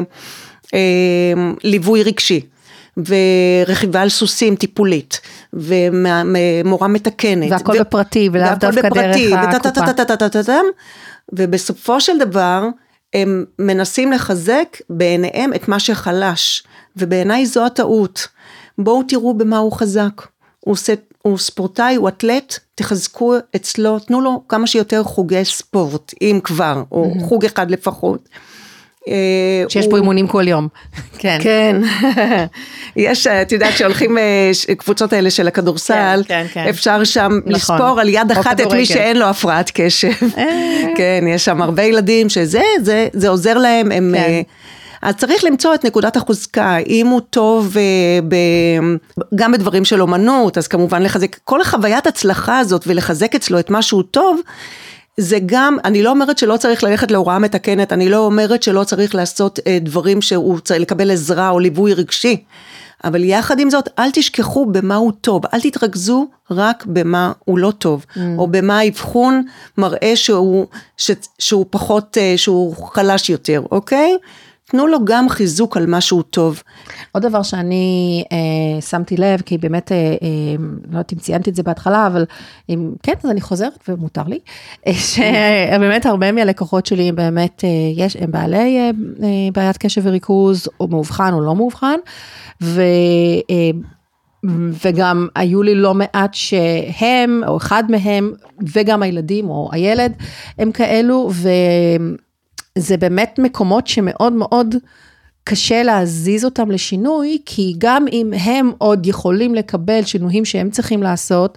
ליווי רגשי, ורכיבה על סוסים טיפולית, ומורה מתקנת. והכל בפרטי, ולאו דווקא דרך הקופה. ובסופו של דבר, הם מנסים לחזק בעיניהם את מה שחלש, ובעיניי זו הטעות. בואו תראו במה הוא חזק. הוא, הוא ספורטאי, הוא אתלט, תחזקו אצלו, תנו לו כמה שיותר חוגי ספורט, אם כבר, או חוג אחד לפחות. שיש פה אימונים כל יום. כן. כן. יש, את יודעת, שהולכים קבוצות האלה של הכדורסל, אפשר שם לספור על יד אחת את מי שאין לו הפרעת קשב. כן, יש שם הרבה ילדים שזה, זה עוזר להם, הם... אז צריך למצוא את נקודת החוזקה, אם הוא טוב ב, גם בדברים של אומנות, אז כמובן לחזק, כל החוויית הצלחה הזאת ולחזק אצלו את משהו טוב, זה גם, אני לא אומרת שלא צריך ללכת להוראה מתקנת, אני לא אומרת שלא צריך לעשות דברים שהוא צריך לקבל עזרה או ליווי רגשי, אבל יחד עם זאת, אל תשכחו במה הוא טוב, אל תתרכזו רק במה הוא לא טוב, mm. או במה האבחון מראה שהוא, ש, שהוא פחות, שהוא חלש יותר, אוקיי? תנו לו גם חיזוק על משהו טוב. עוד דבר שאני אה, שמתי לב, כי באמת, אה, אה, לא יודעת אם ציינתי את זה בהתחלה, אבל אם, כן, אז אני חוזרת ומותר לי, אה, שבאמת הרבה מהלקוחות שלי הם באמת, אה, יש, הם בעלי אה, אה, בעיית קשב וריכוז, או מאובחן או לא מאובחן, ו... אה, וגם היו לי לא מעט שהם, או אחד מהם, וגם הילדים או הילד, הם כאלו, ו... זה באמת מקומות שמאוד מאוד קשה להזיז אותם לשינוי, כי גם אם הם עוד יכולים לקבל שינויים שהם צריכים לעשות,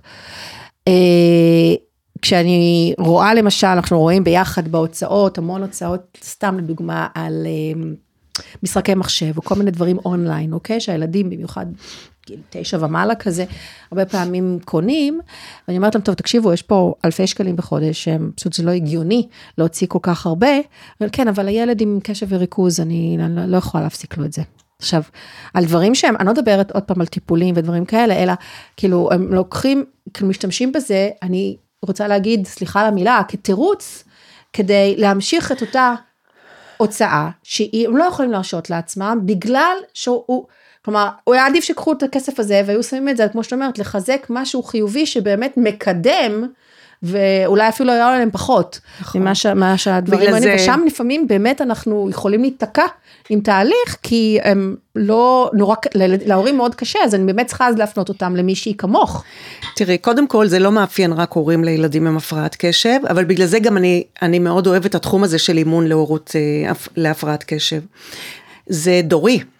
כשאני רואה למשל, אנחנו רואים ביחד בהוצאות, המון הוצאות, סתם לדוגמה על משחקי מחשב, או כל מיני דברים אונליין, אוקיי? שהילדים במיוחד גיל תשע ומעלה כזה, הרבה פעמים קונים, ואני אומרת להם, טוב, תקשיבו, יש פה אלפי שקלים בחודש, פשוט זה לא הגיוני להוציא כל כך הרבה, אבל כן, אבל הילד עם קשב וריכוז, אני לא יכולה להפסיק לו את זה. עכשיו, על דברים שהם, אני לא מדברת עוד פעם על טיפולים ודברים כאלה, אלא כאילו, הם לוקחים, כאילו משתמשים בזה, אני רוצה להגיד, סליחה על המילה, כתירוץ, כדי להמשיך את אותה הוצאה, שהם לא יכולים להרשות לעצמם, בגלל שהוא, כלומר, הוא היה עדיף שקחו את הכסף הזה, והיו שמים את זה, כמו שאת אומרת, לחזק משהו חיובי, שבאמת מקדם, ואולי אפילו היה עליהם פחות, ממה שהדברים האלה, ושם לפעמים באמת אנחנו יכולים להתקע עם תהליך, כי הם לא, נורא, להורים מאוד קשה, אז אני באמת צריכה אז להפנות אותם למישהי כמוך. תראי, קודם כל זה לא מאפיין רק הורים לילדים עם הפרעת קשב, אבל בגלל זה גם אני, אני מאוד אוהבת את התחום הזה של אימון להורות להפרעת קשב. זה דורי.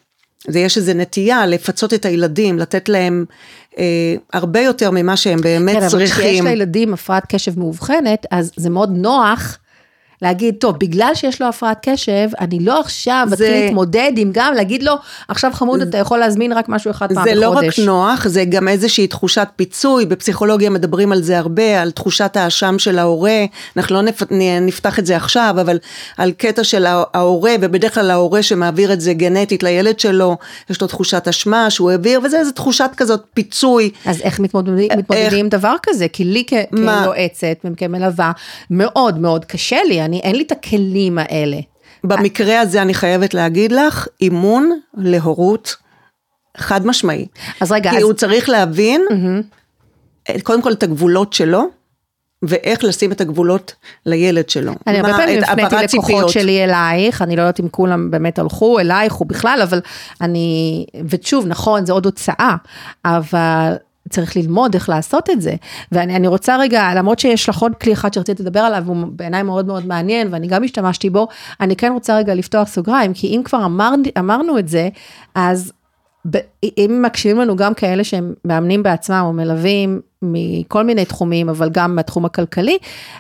זה יש איזו נטייה לפצות את הילדים, לתת להם אה, הרבה יותר ממה שהם באמת כן, צריכים. אבל כשיש לילדים הפרעת קשב מאובחנת, אז זה מאוד נוח, להגיד, טוב, בגלל שיש לו הפרעת קשב, אני לא עכשיו אתחיל להתמודד עם גם, להגיד לו, עכשיו חמוד, אתה יכול להזמין רק משהו אחד פעם בחודש. זה לא רק נוח, זה גם איזושהי תחושת פיצוי, בפסיכולוגיה מדברים על זה הרבה, על תחושת האשם של ההורה, אנחנו לא נפתח את זה עכשיו, אבל על קטע של ההורה, ובדרך כלל ההורה שמעביר את זה גנטית לילד שלו, יש לו תחושת אשמה שהוא העביר, וזה איזו תחושת כזאת פיצוי. אז איך מתמודדים, מתמודדים עם דבר כזה? כי לי כיועצת, כמלווה, מאוד מאוד קשה לי, אני, אין לי את הכלים האלה. במקרה הזה אני חייבת להגיד לך, אימון להורות חד משמעי. אז רגע. כי אז... הוא צריך להבין, mm-hmm. קודם כל את הגבולות שלו, ואיך לשים את הגבולות לילד שלו. אני הרבה פעמים הפניתי לקוחות שלי אלייך, אני לא יודעת אם כולם באמת הלכו אלייך, או בכלל, אבל אני, ושוב, נכון, זה עוד הוצאה, אבל... צריך ללמוד איך לעשות את זה, ואני אני רוצה רגע, למרות שיש לך עוד כלי אחד שרציתי לדבר עליו, הוא בעיניי מאוד מאוד מעניין, ואני גם השתמשתי בו, אני כן רוצה רגע לפתוח סוגריים, כי אם כבר אמר, אמרנו את זה, אז אם מקשיבים לנו גם כאלה שהם מאמנים בעצמם, או מלווים מכל מיני תחומים, אבל גם מהתחום הכלכלי,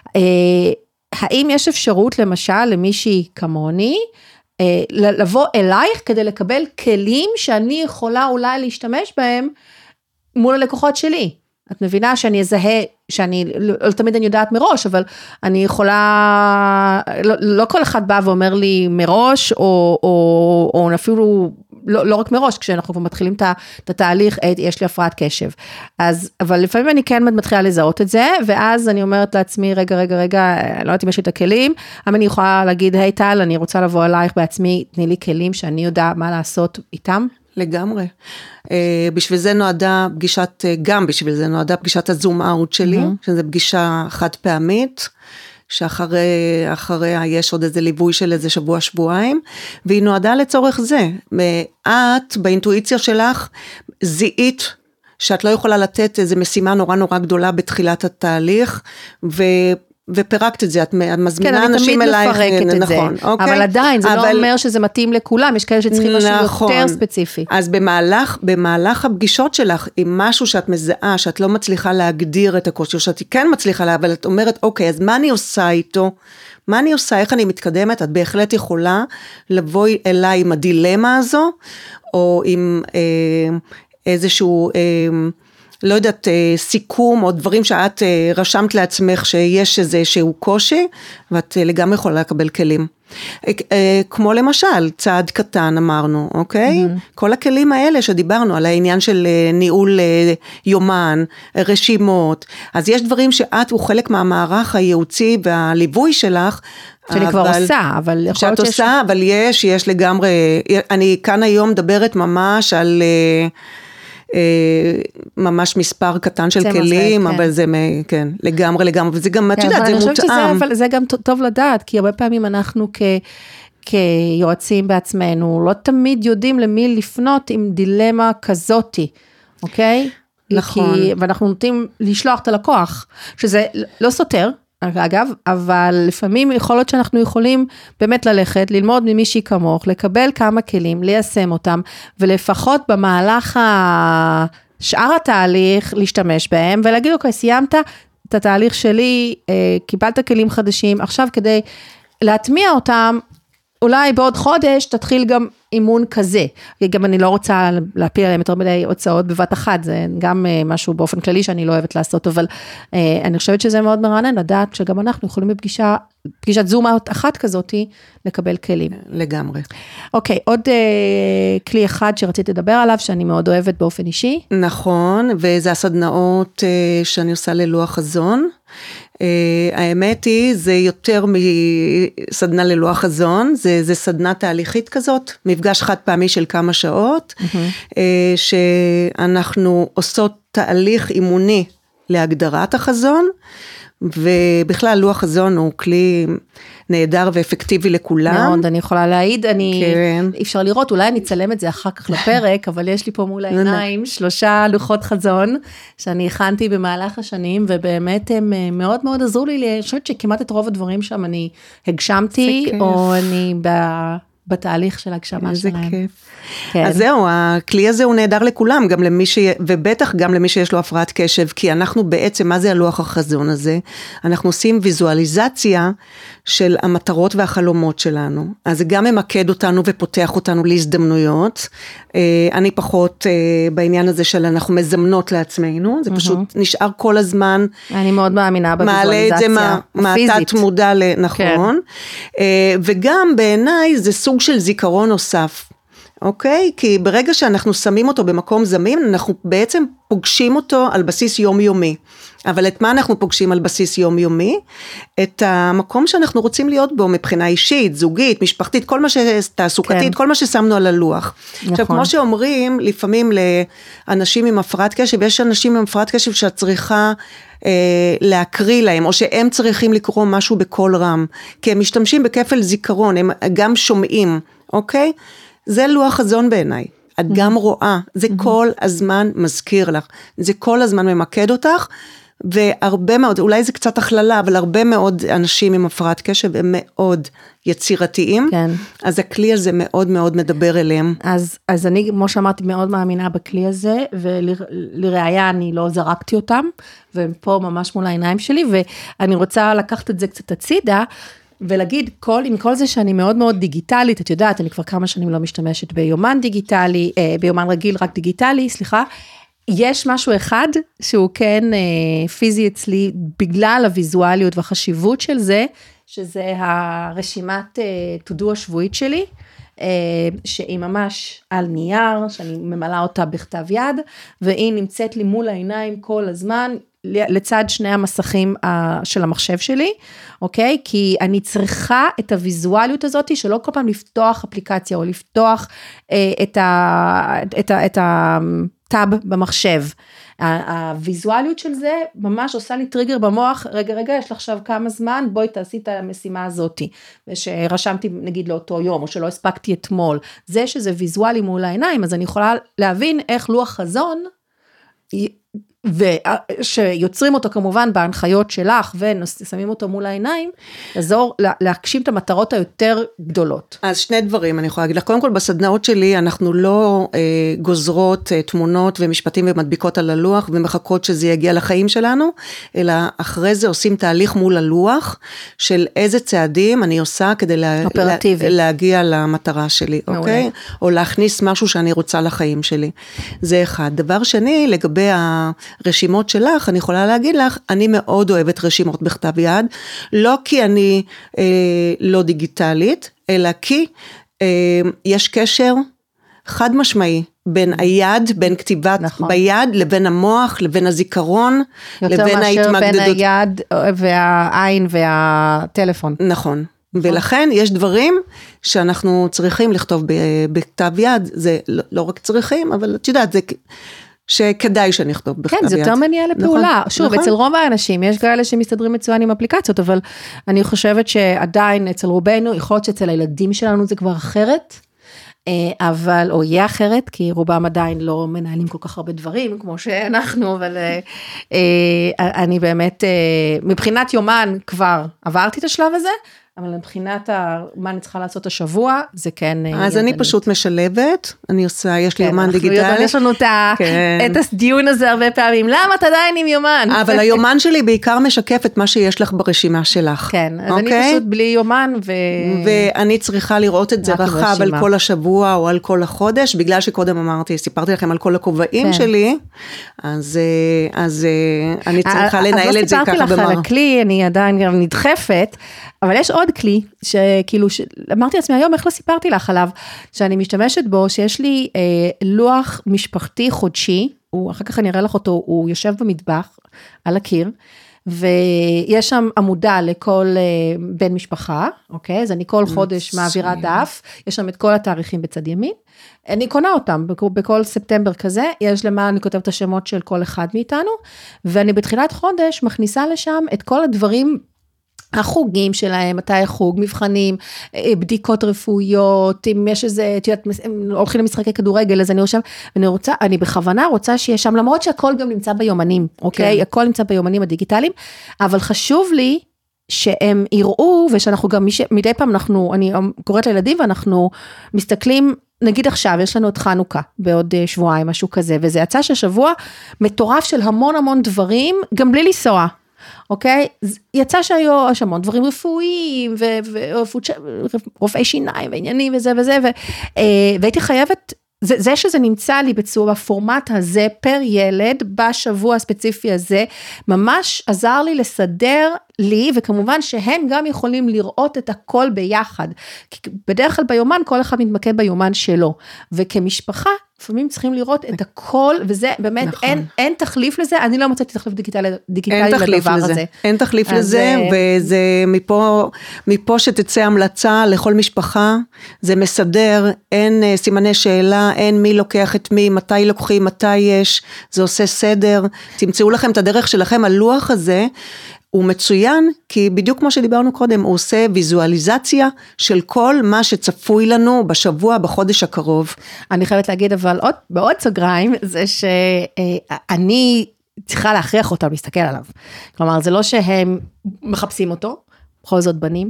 האם יש אפשרות למשל למישהי כמוני, לבוא אלייך כדי לקבל כלים שאני יכולה אולי להשתמש בהם, מול הלקוחות שלי, את מבינה שאני אזהה, שאני, לא תמיד אני יודעת מראש, אבל אני יכולה, לא, לא כל אחד בא ואומר לי מראש, או, או, או אפילו, לא, לא רק מראש, כשאנחנו כבר מתחילים את התהליך, יש לי הפרעת קשב. אז, אבל לפעמים אני כן מתחילה לזהות את זה, ואז אני אומרת לעצמי, רגע, רגע, רגע, לא יודעת אם יש לי את הכלים, אבל אני יכולה להגיד, היי טל, אני רוצה לבוא אלייך בעצמי, תני לי כלים שאני יודע מה לעשות איתם. לגמרי. בשביל זה נועדה פגישת, גם בשביל זה נועדה פגישת הזום אאוט שלי, שזה פגישה חד פעמית, שאחריה יש עוד איזה ליווי של איזה שבוע, שבועיים, והיא נועדה לצורך זה. את, באינטואיציה שלך, זיהית שאת לא יכולה לתת איזו משימה נורא נורא גדולה בתחילת התהליך, ו... ופרקת את זה, את מזמינה אנשים אלייך, כן, אני תמיד מפרקת את זה, אבל עדיין, זה לא אומר שזה מתאים לכולם, יש כאלה שצריכים משהו יותר ספציפי. אז במהלך, במהלך הפגישות שלך, עם משהו שאת מזהה, שאת לא מצליחה להגדיר את הקושי, או שאת כן מצליחה לה, אבל את אומרת, אוקיי, אז מה אני עושה איתו? מה אני עושה? איך אני מתקדמת? את בהחלט יכולה לבוא אליי עם הדילמה הזו, או עם אה, איזשהו... אה, לא יודעת, סיכום או דברים שאת רשמת לעצמך שיש איזשהו קושי, ואת לגמרי יכולה לקבל כלים. כמו למשל, צעד קטן אמרנו, אוקיי? Mm-hmm. כל הכלים האלה שדיברנו על העניין של ניהול יומן, רשימות, אז יש דברים שאת הוא חלק מהמערך הייעוצי והליווי שלך, שאני כבר עושה, אבל יכול להיות שיש... שאת עושה, אבל יש, יש לגמרי, אני כאן היום מדברת ממש על... ממש מספר קטן של כלים, אבל זה, כן, לגמרי, לגמרי, וזה גם, את יודעת, זה מותאם. אני חושבת שזה, זה גם טוב לדעת, כי הרבה פעמים אנחנו כיועצים בעצמנו, לא תמיד יודעים למי לפנות עם דילמה כזאתי, אוקיי? נכון. ואנחנו נוטים לשלוח את הלקוח, שזה לא סותר, אגב, אבל לפעמים יכול להיות שאנחנו יכולים באמת ללכת, ללמוד ממישהי כמוך, לקבל כמה כלים, ליישם אותם, ולפחות במהלך שאר התהליך להשתמש בהם, ולהגיד, אוקיי, סיימת את התהליך שלי, קיבלת כלים חדשים, עכשיו כדי להטמיע אותם, אולי בעוד חודש תתחיל גם אימון כזה, גם אני לא רוצה להפיל עליהם יותר מדי הוצאות בבת אחת, זה גם משהו באופן כללי שאני לא אוהבת לעשות, אבל אני חושבת שזה מאוד מרענן, לדעת שגם אנחנו יכולים בפגישה, פגישת זום אחת כזאת, לקבל כלים. לגמרי. אוקיי, עוד כלי אחד שרציתי לדבר עליו, שאני מאוד אוהבת באופן אישי. נכון, וזה הסדנאות שאני עושה ללוח חזון, האמת היא, זה יותר מסדנה ללוח חזון, זה, זה סדנה תהליכית כזאת, מפגש חד פעמי של כמה שעות, mm-hmm. שאנחנו עושות תהליך אימוני להגדרת החזון, ובכלל לוח חזון הוא כלי נהדר ואפקטיבי לכולם. מאוד, אני יכולה להעיד, אני, כן. אפשר לראות, אולי אני אצלם את זה אחר כך לפרק, אבל יש לי פה מול העיניים שלושה לוחות חזון, שאני הכנתי במהלך השנים, ובאמת הם מאוד מאוד עזרו לי, אני חושבת שכמעט את רוב הדברים שם אני הגשמתי, או אני בתהליך של הגשמה שלהם. איזה כיף. כן. אז זהו, הכלי הזה הוא נהדר לכולם, גם למי ש... ובטח גם למי שיש לו הפרעת קשב, כי אנחנו בעצם, מה זה הלוח החזון הזה? אנחנו עושים ויזואליזציה של המטרות והחלומות שלנו. אז זה גם ממקד אותנו ופותח אותנו להזדמנויות. אני פחות בעניין הזה של אנחנו מזמנות לעצמנו, זה פשוט נשאר כל הזמן. אני מאוד מאמינה בוויזואליזציה מעלה את זה מהתת מודע לנכון. וגם בעיניי זה סוג של זיכרון נוסף. אוקיי? כי ברגע שאנחנו שמים אותו במקום זמין, אנחנו בעצם פוגשים אותו על בסיס יומיומי. אבל את מה אנחנו פוגשים על בסיס יומיומי? את המקום שאנחנו רוצים להיות בו מבחינה אישית, זוגית, משפחתית, כל מה שתעסוקתית, כן. כל מה ששמנו על הלוח. נכון. עכשיו, כמו שאומרים, לפעמים לאנשים עם הפרעת קשב, יש אנשים עם הפרעת קשב שאת צריכה אה, להקריא להם, או שהם צריכים לקרוא משהו בקול רם, כי הם משתמשים בכפל זיכרון, הם גם שומעים, אוקיי? זה לוח חזון בעיניי, את גם רואה, זה כל הזמן מזכיר לך, זה כל הזמן ממקד אותך, והרבה מאוד, אולי זה קצת הכללה, אבל הרבה מאוד אנשים עם הפרעת קשב הם מאוד יצירתיים, כן. אז הכלי הזה מאוד מאוד מדבר אליהם. אז, אז אני, כמו שאמרתי, מאוד מאמינה בכלי הזה, ולראיה אני לא זרקתי אותם, והם פה ממש מול העיניים שלי, ואני רוצה לקחת את זה קצת הצידה, ולהגיד, כל, עם כל זה שאני מאוד מאוד דיגיטלית, את יודעת, אני כבר כמה שנים לא משתמשת ביומן דיגיטלי, אה, ביומן רגיל רק דיגיטלי, סליחה, יש משהו אחד שהוא כן אה, פיזי אצלי, בגלל הוויזואליות והחשיבות של זה, שזה הרשימת אה, תודו השבועית שלי, אה, שהיא ממש על נייר, שאני ממלאה אותה בכתב יד, והיא נמצאת לי מול העיניים כל הזמן, לצד שני המסכים של המחשב שלי, אוקיי? כי אני צריכה את הוויזואליות הזאת, שלא כל פעם לפתוח אפליקציה, או לפתוח את ה, את ה, את הטאב במחשב. הוויזואליות של זה ממש עושה לי טריגר במוח, רגע, רגע, יש לך עכשיו כמה זמן, בואי תעשי את המשימה הזאת, ושרשמתי נגיד לאותו יום, או שלא הספקתי אתמול. זה שזה ויזואלי מול העיניים, אז אני יכולה להבין איך לוח חזון, ושיוצרים אותו כמובן בהנחיות שלך, ושמים אותו מול העיניים, לעזור להגשים את המטרות היותר גדולות. אז שני דברים אני יכולה להגיד לך, קודם כל בסדנאות שלי, אנחנו לא אה, גוזרות אה, תמונות ומשפטים ומדביקות על הלוח, ומחכות שזה יגיע לחיים שלנו, אלא אחרי זה עושים תהליך מול הלוח, של איזה צעדים אני עושה, כדי לה, לה, להגיע למטרה שלי, מעולה. אוקיי? או להכניס משהו שאני רוצה לחיים שלי. זה אחד. דבר שני, לגבי ה... רשימות שלך, אני יכולה להגיד לך, אני מאוד אוהבת רשימות בכתב יד, לא כי אני אה, לא דיגיטלית, אלא כי אה, יש קשר חד משמעי, בין היד, בין כתיבת נכון. ביד, לבין המוח, לבין הזיכרון, לבין ההתמקדדות. יותר מאשר בין היד והעין והטלפון. נכון. ולכן יש דברים שאנחנו צריכים לכתוב בכתב יד, זה לא, לא רק צריכים, אבל את יודעת, זה... שכדאי שאני אכתוב בכתב יד. כן, זה יותר מניע לפעולה. שוב, אצל רוב האנשים, יש כאלה שמסתדרים מצוין עם אפליקציות, אבל אני חושבת שעדיין אצל רובנו, יכול להיות שאצל הילדים שלנו זה כבר אחרת, אבל, או יהיה אחרת, כי רובם עדיין לא מנהלים כל כך הרבה דברים, כמו שאנחנו, אבל אני באמת, מבחינת יומן כבר עברתי את השלב הזה, אבל מבחינת מה אני צריכה לעשות השבוע, זה כן... אז אני פשוט משלבת, אני עושה, יש לי יומן דיגיטלי. יש לנו את הדיון הזה הרבה פעמים, למה את עדיין עם יומן? אבל היומן שלי בעיקר משקף את מה שיש לך ברשימה שלך. כן, אז אני פשוט בלי יומן, ו... ואני צריכה לראות את זה רחב על כל השבוע, או על כל החודש, בגלל שקודם אמרתי, סיפרתי לכם על כל הכובעים שלי, אז אני צריכה לנהל את זה ככה במר. אז לא סיפרתי לך על הכלי, אני עדיין גם נדחפת, אבל יש עוד כלי, שכאילו, אמרתי לעצמי היום, איך לא סיפרתי לך עליו, שאני משתמשת בו, שיש לי אה, לוח משפחתי חודשי, הוא, אחר כך אני אראה לך אותו, הוא יושב במטבח, על הקיר, ויש שם עמודה לכל אה, בן משפחה, אוקיי? אז אני כל חודש מעבירה דף, יש שם את כל התאריכים בצד ימין, אני קונה אותם, בכל, בכל ספטמבר כזה, יש למה אני כותבת את השמות של כל אחד מאיתנו, ואני בתחילת חודש מכניסה לשם את כל הדברים, החוגים שלהם, מתי חוג, מבחנים, בדיקות רפואיות, אם יש איזה, את יודעת, הולכים למשחקי כדורגל, אז אני רושם, ואני רוצה, אני בכוונה רוצה שיהיה שם, למרות שהכל גם נמצא ביומנים, אוקיי? הכל נמצא ביומנים הדיגיטליים, אבל חשוב לי, שהם יראו, ושאנחנו גם מדי פעם אנחנו, אני קוראת לילדים ואנחנו מסתכלים, נגיד עכשיו יש לנו את חנוכה, בעוד שבועיים, משהו כזה, וזה יצא ששבוע מטורף של המון המון דברים, גם בלי לנסוע, אוקיי? יצא שהיו המון דברים רפואיים, ורופאי שיניים, ועניינים וזה וזה, והייתי חייבת, זה, זה שזה נמצא לי בצורה, בפורמט הזה, פר ילד, בשבוע הספציפי הזה, ממש עזר לי לסדר לי, וכמובן שהם גם יכולים לראות את הכל ביחד, כי בדרך כלל ביומן, כל אחד מתמקד ביומן שלו, וכמשפחה, לפעמים צריכים לראות את הכל, וזה באמת, נכון. אין, אין תחליף לזה, אני לא מצאתי תחליף דיגיטלי, דיגיטלי לדבר לזה. הזה. אין תחליף אז לזה, וזה מפה, מפה שתצא המלצה לכל משפחה, זה מסדר, אין סימני שאלה, אין מי לוקח את מי, מתי לוקחים, מתי יש, זה עושה סדר, תמצאו לכם את הדרך שלכם, הלוח הזה, הוא מצוין, כי בדיוק כמו שדיברנו קודם, הוא עושה ויזואליזציה של כל מה שצפוי לנו בשבוע, בחודש הקרוב. אני חייבת להגיד, אבל עוד, בעוד סוגריים, זה שאני צריכה להכריח אותם להסתכל עליו. כלומר, זה לא שהם מחפשים אותו, בכל זאת בנים,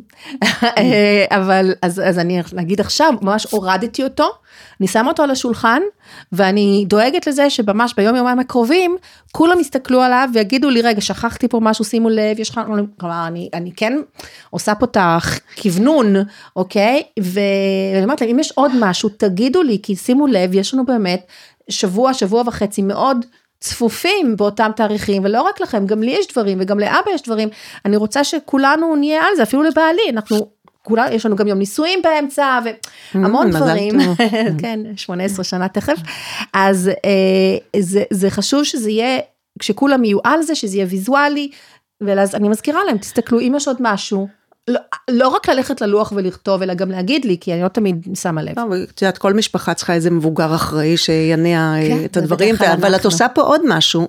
אבל אז, אז אני אגיד עכשיו, ממש הורדתי אותו, אני שמה אותו על השולחן, ואני דואגת לזה שבמש ביום יומיים הקרובים, כולם יסתכלו עליו ויגידו לי, רגע, שכחתי פה משהו, שימו לב, יש לך, כלומר, אני, אני כן עושה פה את הכוונון, אוקיי? ואני אומרת להם, אם יש עוד משהו, תגידו לי, כי שימו לב, יש לנו באמת שבוע, שבוע וחצי מאוד צפופים באותם תאריכים, ולא רק לכם, גם לי יש דברים, וגם לאבא יש דברים, אני רוצה שכולנו נהיה על זה, אפילו לבעלי, אנחנו, כולנו, יש לנו גם יום נישואים באמצע, והמון דברים, כן, שמונה עשרה שנה תכף, אז זה, זה חשוב שזה יהיה, כשכולם יהיו על זה, שזה יהיה ויזואלי, ואז אני מזכירה להם, תסתכלו, אם יש עוד משהו, לא, לא רק ללכת ללוח ולכתוב, אלא גם להגיד לי, כי אני לא תמיד שמה לב. את יודעת, כל משפחה צריכה איזה מבוגר אחראי, שיניע את הדברים, אבל את עושה פה עוד משהו,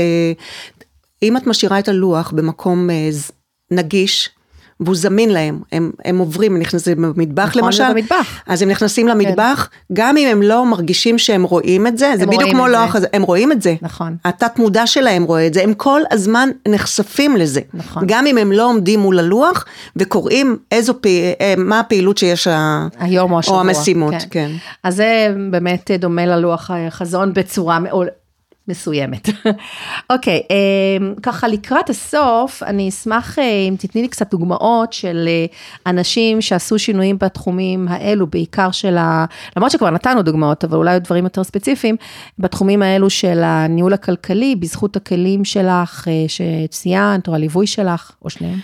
אם את משאירה את הלוח במקום נגיש, והוא זמין להם, הם, הם עוברים, הם נכנסים למטבח נכון, למשל, למטבח. אז הם נכנסים למטבח, כן. גם אם הם לא מרגישים שהם רואים את זה, זה בדיוק כמו לוח הזה, הם רואים את זה, נכון. התת מודע שלהם רואה את זה, הם כל הזמן נחשפים לזה, נכון. גם אם הם לא עומדים מול הלוח, וקוראים איזו, מה הפעילות שיש, היום או השבוע, או המשימות, כן. כן. אז זה באמת דומה ללוח החזון בצורה מאוד, מסוימת. אוקיי, ככה לקראת הסוף, אני אשמח אם תתני לי קצת דוגמאות של אנשים שעשו שינויים בתחומים האלו, בעיקר של ה... למרות שכבר נתנו דוגמאות, אבל אולי דברים יותר ספציפיים, בתחומים האלו של הניהול הכלכלי, בזכות הכלים שלך, שציינת, או הליווי שלך, או שניהם.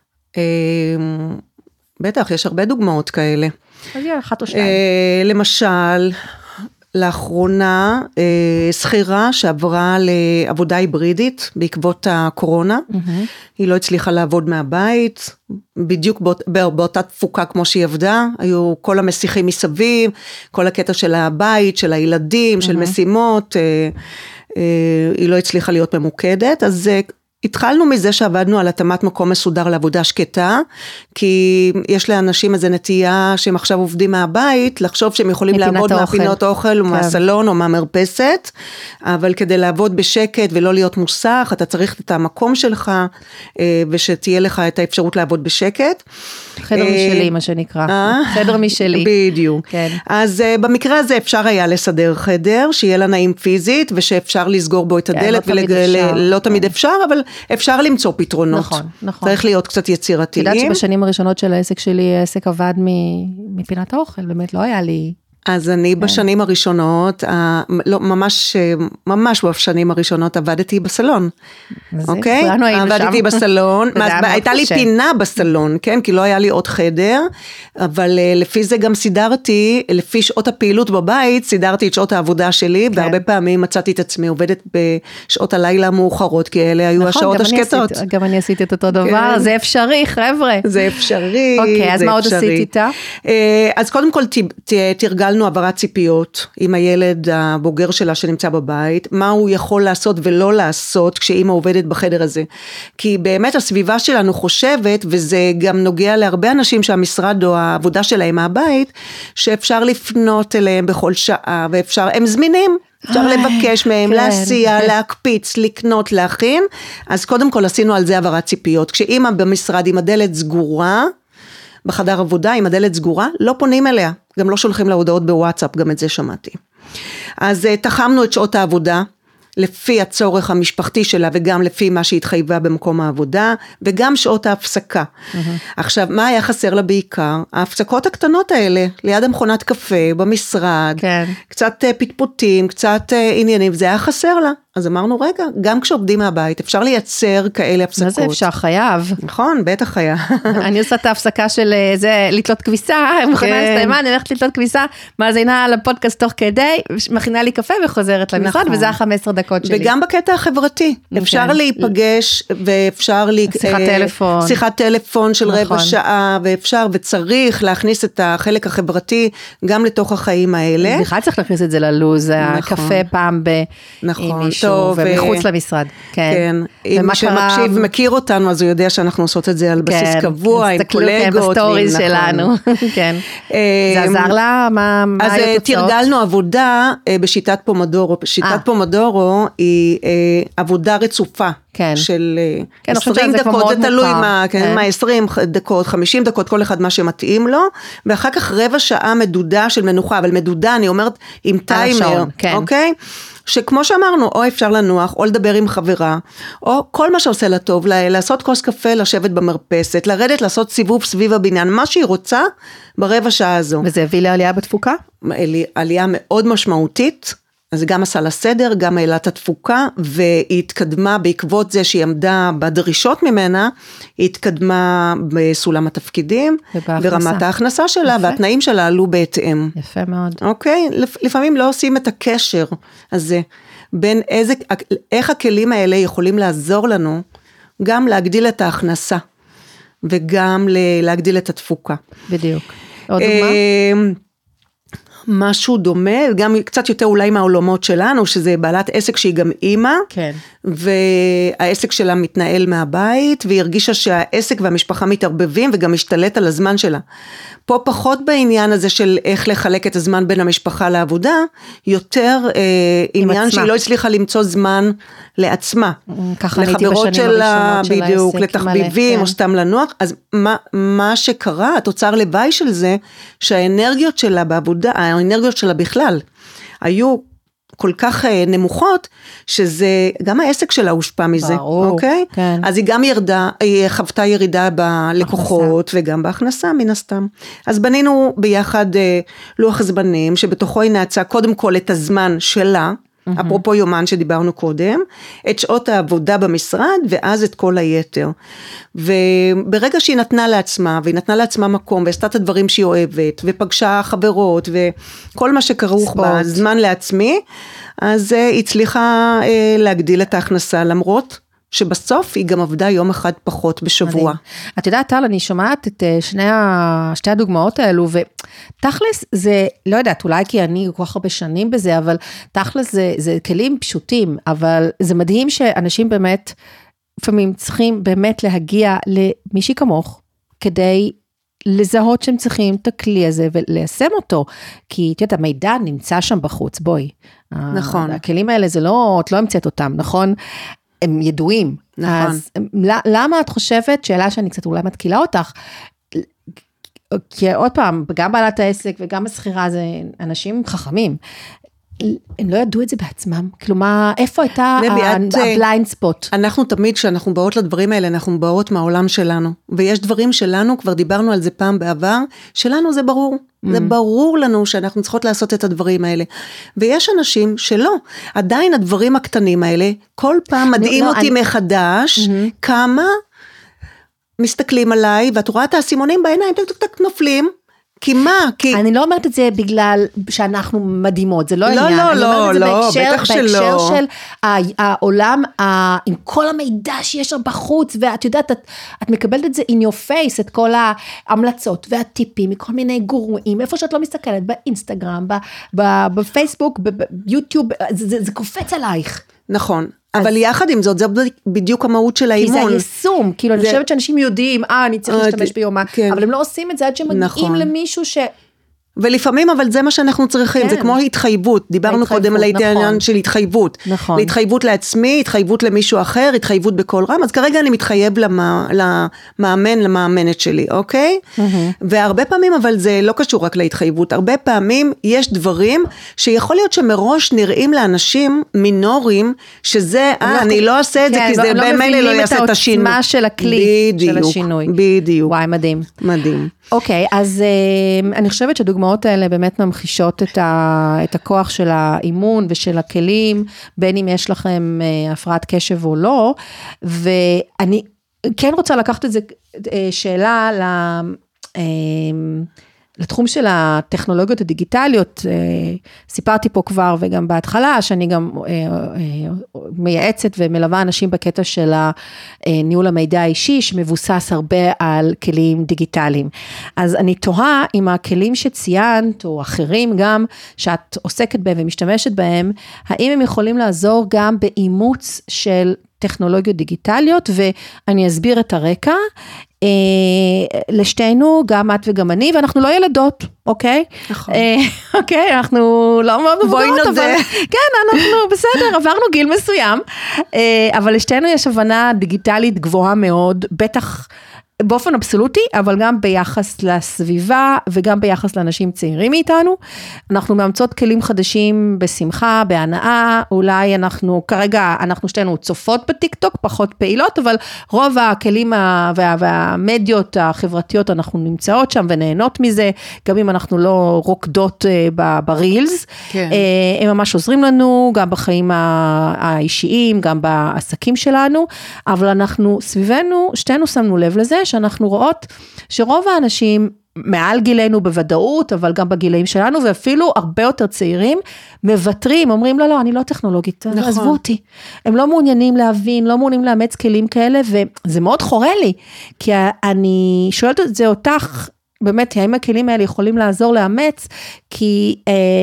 בטח, יש הרבה דוגמאות כאלה. אז יהיה, אחת או שתיים. למשל... לאחרונה, שכירה שעברה לעבודה היברידית בעקבות הקורונה, mm-hmm. היא לא הצליחה לעבוד מהבית, בדיוק באות, באותה תפוקה כמו שהיא עבדה, היו כל המסיכים מסביב, כל הקטע של הבית, של הילדים, mm-hmm. של משימות, היא לא הצליחה להיות ממוקדת, אז התחלנו מזה שעבדנו על התאמת מקום מסודר לעבודה שקטה, כי יש לאנשים איזו נטייה שהם עכשיו עובדים מהבית, לחשוב שהם יכולים לעבוד מהפינות אוכל, או מהסלון, או מהמרפסת, אבל כדי לעבוד בשקט ולא להיות מוסך, אתה צריך את המקום שלך, ושתהיה לך את האפשרות לעבוד בשקט. חדר משלי, מה שנקרא. חדר משלי. בדיוק. אז במקרה הזה אפשר היה לסדר חדר, שיהיה לה נעים פיזית, ושאפשר לסגור בו את הדלת, ולא תמיד אפשר, אבל אפשר למצוא פתרונות. נכון, נכון. צריך להיות קצת יצירתיים. יודעת שבשנים הראשונות של העסק שלי, העסק עבד מפינת האוכל, באמת לא היה לי... אז אני בשנים הראשונות, לא, ממש, ממש בשנים הראשונות עבדתי בסלון. אוקיי? עבדתי בסלון, הייתה לי פינה בסלון, כן? כי לא היה לי עוד חדר, אבל לפי זה גם סידרתי, לפי שעות הפעילות בבית, סידרתי את שעות העבודה שלי, והרבה פעמים מצאתי את עצמי עובדת בשעות הלילה המאוחרות, כי אלה היו השעות השקטות. גם אני עשיתי את אותו דבר, זה אפשרי, חבר'ה. זה אפשרי. אוקיי, אז מה עוד עשית איתה? אז קודם כל תרגל נו עברת ציפיות עם הילד הבוגר שלה שנמצא בבית, מה הוא יכול לעשות ולא לעשות כשאימא עובדת בחדר הזה. כי באמת הסביבה שלנו חושבת, וזה גם נוגע להרבה אנשים שהמשרד או העבודה שלהם מהבית, שאפשר לפנות אליהם בכל שעה, ואפשר, הם זמינים. אפשר לבקש מהם, להסיע, להקפיץ, לקנות, להכין, אז קודם כל עשינו על זה עברת ציפיות, כשאמא במשרד עם הדלת סגורה, בחדר עבודה עם הדלת סגורה, לא פונים אליה, גם לא שולחים לה הודעות בוואטסאפ, גם את זה שמעתי. אז תחמנו את שעות העבודה, לפי הצורך המשפחתי שלה, וגם לפי מה שהתחייבה במקום העבודה, וגם שעות ההפסקה. Mm-hmm. עכשיו, מה היה חסר לה בעיקר? ההפסקות הקטנות האלה, ליד המכונת קפה, במשרד, כן. קצת פטפוטים, קצת עניינים, זה היה חסר לה. אז אמרנו, רגע, גם כשעובדים מהבית, אפשר לייצר כאלה הפסקות. מה זה אפשר? חייב. נכון, בטח חייב. אני עושה את ההפסקה של זה, לתלות כביסה, מכינה הסתיימה, אני הולכת לתלות כביסה, מאזינה לפודקאסט תוך כדי, מכינה לי קפה וחוזרת למשרד, וזה ה-חמש עשרה דקות שלי. וגם בקטע החברתי, אפשר להיפגש, ואפשר... שיחת טלפון. שיחת טלפון של רבע שעה, ואפשר וצריך להכניס את החלק החברתי, גם לתוך החיים האלה. בכלל צריך להכניס את זה ללוז, הקפה פעם במישהו. טוב, ומחוץ למשרד, כן. כן, אם מי שמקשיב מכיר אותנו, אז הוא יודע שאנחנו עושות את זה על בסיס קבוע, עם קולגות. תסתכלו בסטוריז שלנו, כן. זה עזר לה? מה היו תוצאות? אז תרגלנו עבודה בשיטת פומודורו, שיטת פומודורו היא עבודה רצופה. של עשרים דקות, זה תלוי מה, מה עשרים דקות, חמישים דקות, כל אחד מה שמתאים לו, ואחר כך רבע שעה מדודה של מנוחה, אבל מדודה אני אומרת עם טיימר, אוקיי? שכמו שאמרנו, או אפשר לנוח, או לדבר עם חברה, או כל מה שעושה לה טוב, לעשות כוס קפה, לשבת במרפסת, לרדת, לעשות סיבוב סביב הבניין, מה שהיא רוצה ברבע שעה הזו. וזה הביא לעלייה בתפוקה? עלייה מאוד משמעותית, אז זה גם עשה לה סדר, גם העלה את התפוקה, והיא התקדמה בעקבות זה שהיא עמדה בדרישות ממנה, היא התקדמה בסולם התפקידים, ברמת ההכנסה שלה, יפה. והתנאים שלה עלו בהתאם. יפה מאוד. אוקיי? לפעמים לא עושים את הקשר הזה, בין איזה, איך הכלים האלה יכולים לעזור לנו, גם להגדיל את ההכנסה, וגם להגדיל את התפוקה. בדיוק. עוד דוגמה? משהו דומה, גם קצת יותר אולי מהעולמות שלנו, שזה בעלת עסק שהיא גם אימא, כן. והעסק שלה מתנהל מהבית, והיא הרגישה שהעסק והמשפחה מתערבבים, וגם משתלט על הזמן שלה. פה פחות בעניין הזה של איך לחלק את הזמן בין המשפחה לעבודה, יותר אה, עניין שהיא לא הצליחה למצוא זמן לעצמה. ככה הייתי בשנים הראשונות של העסק. בדיוק, לתחביבים, או סתם לנוח. אז מה, מה שקרה, התוצר לוואי של זה, שהאנרגיות שלה בעבודה, האנרגיות שלה בכלל, היו כל כך נמוכות, שזה, גם העסק שלה הושפע מזה, ברור, אוקיי? כן. אז היא גם ירדה, היא חוותה ירידה בלקוחות, הכנסה. וגם בהכנסה מן הסתם. אז בנינו ביחד לוח זמנים, שבתוכו היא נעצה קודם כל את הזמן שלה, Mm-hmm. אפרופו יומן שדיברנו קודם, את שעות העבודה במשרד, ואז את כל היתר. וברגע שהיא נתנה לעצמה, והיא נתנה לעצמה מקום, ועשתה את הדברים שהיא אוהבת, ופגשה חברות, וכל מה שכרוך בה, זמן לעצמי, אז היא הצליחה להגדיל את ההכנסה, למרות שבסוף היא גם עבדה יום אחד פחות בשבוע. מדהים. את יודעת, טל, אני שומעת את שני, שתי הדוגמאות האלו, ותכלס זה, לא יודעת, אולי כי אני כל כך הרבה שנים בזה, אבל תכלס זה, זה כלים פשוטים, אבל זה מדהים שאנשים באמת, לפעמים צריכים באמת להגיע למישהי כמוך, כדי לזהות שהם צריכים את הכלי הזה, וליישם אותו, כי את יודעת, המידע נמצא שם בחוץ, בואי. נכון. הכלים האלה זה לא, את לא המצאת אותם, נכון? הם ידועים. נכון. אז למה את חושבת, שאלה שאני קצת אולי מתקילה אותך, כי עוד פעם, גם בעלת העסק וגם הסחירה, זה אנשים חכמים, הם לא ידעו את זה בעצמם, כלומר, איפה הייתה הבליינד ספוט? אנחנו תמיד, כשאנחנו באות לדברים האלה, אנחנו באות מהעולם שלנו, ויש דברים שלנו, כבר דיברנו על זה פעם בעבר, שלנו זה ברור, זה ברור לנו שאנחנו צריכות לעשות את הדברים האלה, ויש אנשים שלא, עדיין הדברים הקטנים האלה, כל פעם מדהים אותי מחדש, כמה מסתכלים עליי, ואת רואה את הסימונים בעיניים, טק טק טק נופלים, כי מה? כי... אני לא אומרת את זה בגלל שאנחנו מדהימות, זה לא לא, עניין. לא, אני לא, אומרת את זה לא, בהקשר, בטח שלא. בהקשר של העולם, עם כל המידע שיש שם בחוץ, ואת יודעת, את, את מקבלת את זה in your face, את כל ההמלצות והטיפים, מכל מיני גורואים, איפה שאת לא מסתכלת, באינסטגרם, בפייסבוק, ביוטיוב, זה, זה, זה קופץ עלייך. נכון. אבל יחד עם זאת, זה בדיוק המהות של האימון. כי זה היישום, כאילו אני חושבת שאנשים יודעים, אה, אני צריך להשתמש ביומן, אבל הם לא עושים את זה עד שמגיעים למישהו ש... ולפעמים, אבל זה מה שאנחנו צריכים, כן. זה כמו התחייבות, דיברנו קודם על העניין נכון. של התחייבות, נכון. התחייבות לעצמי, התחייבות למישהו אחר, התחייבות בכל רם, אז כרגע אני מתחייב למה, למאמן, למאמנת שלי, אוקיי? Mm-hmm. והרבה פעמים, אבל זה לא קשור רק להתחייבות, הרבה פעמים יש דברים שיכול להיות שמראש נראים לאנשים מינורים, שזה, אה, אני לא אעשה את זה, כי זה באמת לא יעשה את השינוי. לא מבינים את העוצמה של הכלי, של השינוי. בדיוק. וואי, מדהים. מדהים. אוקיי, אז אני חושבת שהדוגמאות האלה באמת ממחישות את, ה, את הכוח של האימון ושל הכלים, בין אם יש לכם הפרעת קשב או לא, ואני כן רוצה לקחת את זה שאלה ל... לתחום של הטכנולוגיות הדיגיטליות, סיפרתי פה כבר וגם בהתחלה, שאני גם מייעצת ומלווה אנשים בקטע של ניהול המידע האישי, שמבוסס הרבה על כלים דיגיטליים. אז אני תוהה עם הכלים שציינת, או אחרים גם, שאת עוסקת בהם ומשתמשת בהם, האם הם יכולים לעזור גם באימוץ של טכנולוגיות דיגיטליות, ואני אסביר את הרקע, לשתינו, גם את וגם אני, ואנחנו לא ילדות, אוקיי? נכון. אוקיי, אנחנו לא מאוד מבוגרות, אבל כן, אנחנו בסדר, עברנו גיל מסוים, אבל לשתינו יש הבנה דיגיטלית גבוהה מאוד, בטח באופן אבסולוטי, אבל גם ביחס לסביבה, וגם ביחס לאנשים צעירים מאיתנו. אנחנו מאמצות כלים חדשים בשמחה, בהנאה, אולי אנחנו, כרגע אנחנו שתינו צופות בטיק-טוק, פחות פעילות, אבל רוב הכלים וה, והמדיות החברתיות, אנחנו נמצאות שם ונהנות מזה, גם אם אנחנו לא רוקדות ברילס, כן. הם ממש עוזרים לנו, גם בחיים האישיים, גם בעסקים שלנו, אבל אנחנו סביבנו, שתינו שמנו לב לזה, שאנחנו רואות שרוב האנשים מעל גילנו בוודאות, אבל גם בגילאים שלנו, ואפילו הרבה יותר צעירים, מבטרים, אומרים, לא, לא, אני לא טכנולוגית, נכון. עזבו אותי. הם לא מעוניינים להבין, לא מעוניינים לאמץ כלים כאלה, וזה מאוד חורה לי, כי אני שואלת את זה אותך, באמת, האם הכלים האלה יכולים לעזור לאמץ, כי...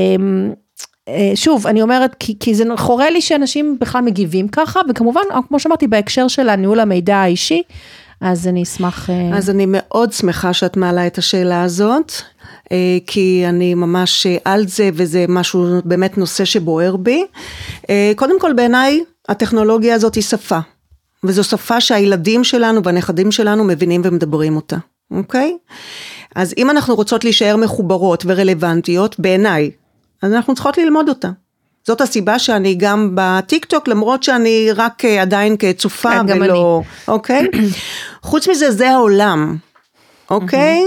שוב, אני אומרת, כי, כי זה חורה לי שאנשים בכלל מגיבים ככה, וכמובן, כמו שאמרתי, בהקשר של הניהול המידע האישי, אז אני אשמח... אז אני מאוד שמחה שאת מעלה את השאלה הזאת, כי אני ממש על זה, וזה משהו, באמת נושא שבוער בי. קודם כל, בעיניי, הטכנולוגיה הזאת היא שפה, וזו שפה שהילדים שלנו והנכדים שלנו מבינים ומדברים אותה, אוקיי? אז אם אנחנו רוצות להישאר מחוברות ורלוונטיות, בעיניי, אז אנחנו צריכות ללמוד אותה. זאת הסיבה שאני גם בטיק-טוק, למרות שאני רק עדיין כצופה ולא, אוקיי? חוץ מזה, זה העולם, אוקיי?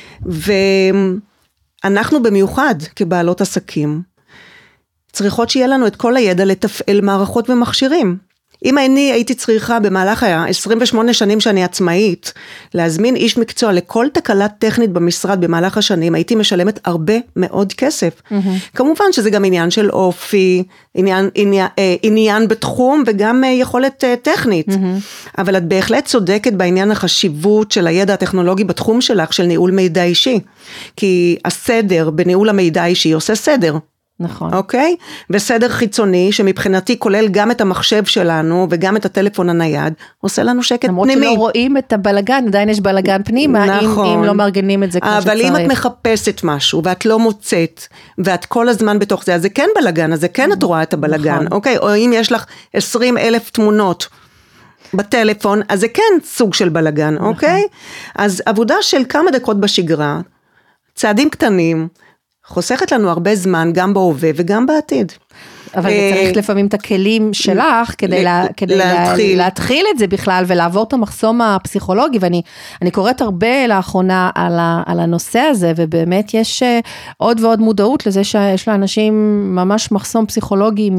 ואנחנו במיוחד כבעלות עסקים, צריכות שיהיה לנו את כל הידע לתפעל מערכות ומכשירים. אם אני הייתי צריכה במהלך ה-עשרים ושמונה שנים שאני עצמאית, להזמין איש מקצוע לכל תקלה טכנית במשרד במהלך השנים, הייתי משלמת הרבה מאוד כסף. Mm-hmm. כמובן שזה גם עניין של אופי, עניין, עניין, עניין בתחום וגם יכולת טכנית. Mm-hmm. אבל את בהחלט צודקת בעניין החשיבות של הידע הטכנולוגי בתחום שלך, של ניהול מידע אישי. כי הסדר בניהול המידע האישי עושה סדר. נכון. אוקיי? וסדר חיצוני, שמבחינתי כולל גם את המחשב שלנו, וגם את הטלפון הנייד, עושה לנו שקט למרות פנימי. למרות שלא רואים את הבלגן, עדיין יש בלגן פנימה, נכון. אם, אם לא מארגנים את זה כמו שצריך. אבל אם את מחפשת משהו, ואת לא מוצאת, ואת כל הזמן בתוך זה, אז זה כן בלגן, אז זה כן את רואה את הבלגן, נכון. אוקיי? או אם יש לך עשרים אלף תמונות, בטלפון, אז זה כן סוג של בלגן, נכון. אוקיי? אז עבודה של כמה דקות בשגרה, צעדים קטנים, חוסכת לנו הרבה זמן, גם בהווה וגם בעתיד. אבל צריך לפעמים את הכלים שלך, כדי להתחיל את זה בכלל, ולעבור את המחסום הפסיכולוגי, ואני קוראת הרבה לאחרונה על הנושא הזה, ובאמת יש עוד ועוד מודעות לזה שיש לאנשים ממש מחסום פסיכולוגי,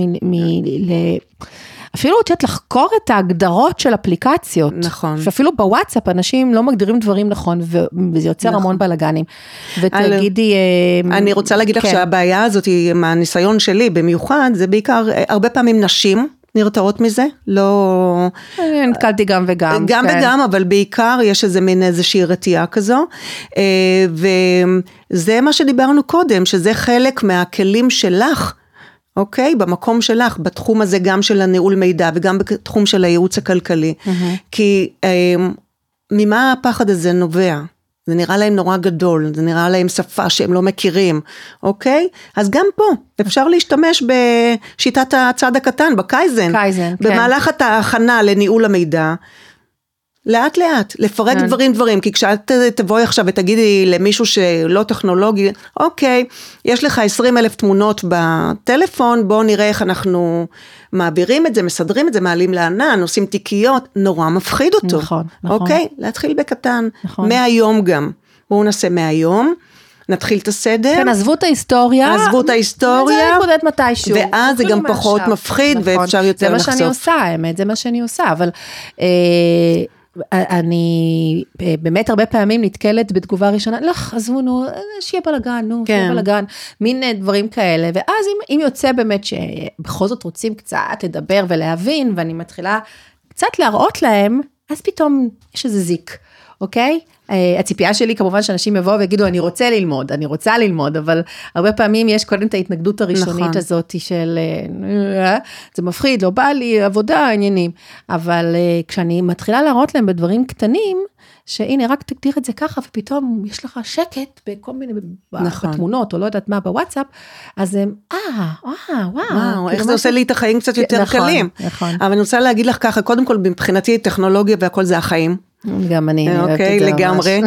אפילו רוצות לחקור את ההגדרות של אפליקציות. נכון. שאפילו בוואטסאפ אנשים לא מגדירים דברים נכון, וזה יוצר נכון. המון בלגנים. ותגידי... אני רוצה להגיד כן. לך שהבעיה הזאת היא, מהניסיון שלי במיוחד, זה בעיקר הרבה פעמים נשים, נרתעות מזה, לא... אני נתקלתי גם וגם. גם כן. וגם, אבל בעיקר יש איזה מין איזושהי רתיעה כזו, וזה מה שדיברנו קודם, שזה חלק מהכלים שלך, אוקיי, במקום שלך, בתחום הזה גם של הניהול מידע, וגם בתחום של הייעוץ הכלכלי, mm-hmm. כי אה, ממה הפחד הזה נובע? זה נראה להם נורא גדול, זה נראה להם שפה שהם לא מכירים, אוקיי? אז גם פה אפשר להשתמש בשיטת הצעד הקטן, בקייזן, קייזן, במהלך כן. ההכנה לניהול המידע, לאט לאט, לפרק כן. דברים דברים, כי כשאת תבואי עכשיו ותגידי למישהו שלא טכנולוגי, אוקיי, יש לך עשרים אלף תמונות בטלפון, בואו נראה איך אנחנו מעבירים את זה, מסדרים את זה, מעלים לענן, עושים תיקיות, נורא מפחיד אותו. נכון, נכון. אוקיי, להתחיל בקטן, נכון. מהיום גם, בואו נעשה מהיום, נתחיל את הסדר. כן, עזבו את ההיסטוריה. עזבו את ההיסטוריה. וזה להתמודד מתישהו. ואז זה גם פחות מפחיד, נכון. ואפשר יותר לחשוף. זה מה שאני עושה, האמת, זה מה שאני עושה, אבל אה, אני באמת הרבה פעמים נתקלת בתגובה ראשונה, לא, עזבו, נו, שיהיה בלגן, נו, כן. שיהיה בלגן, מין דברים כאלה, ואז אם, אם יוצא באמת שבכל זאת רוצים קצת לדבר ולהבין, ואני מתחילה קצת להראות להם, אז פתאום יש איזה זיק, אוקיי? הציפייה שלי כמובן שאנשים יבואו ויגידו, אני רוצה ללמוד, אני רוצה ללמוד, אבל הרבה פעמים יש קודם את ההתנגדות הראשונית נכון. הזאת של, זה מפחיד, לא בא לי, עבודה, עניינים, אבל כשאני מתחילה להראות להם בדברים קטנים, שהנה רק תגדיר את זה ככה, ופתאום יש לך שקט בכל מיני, נכון. בתמונות, או לא יודעת מה, בוואטסאפ, אז הם, אה, וואו, וואו. וואו, איך זה עושה לי את החיים קצת יותר נכון, קלים. נכון. אבל אני רוצה להגיד לך ככה, קודם כל, מבחינתי טכנולוגיה והכל זה החיים. גם אני אוהבת את זה ממש. אוקיי, לגמרי.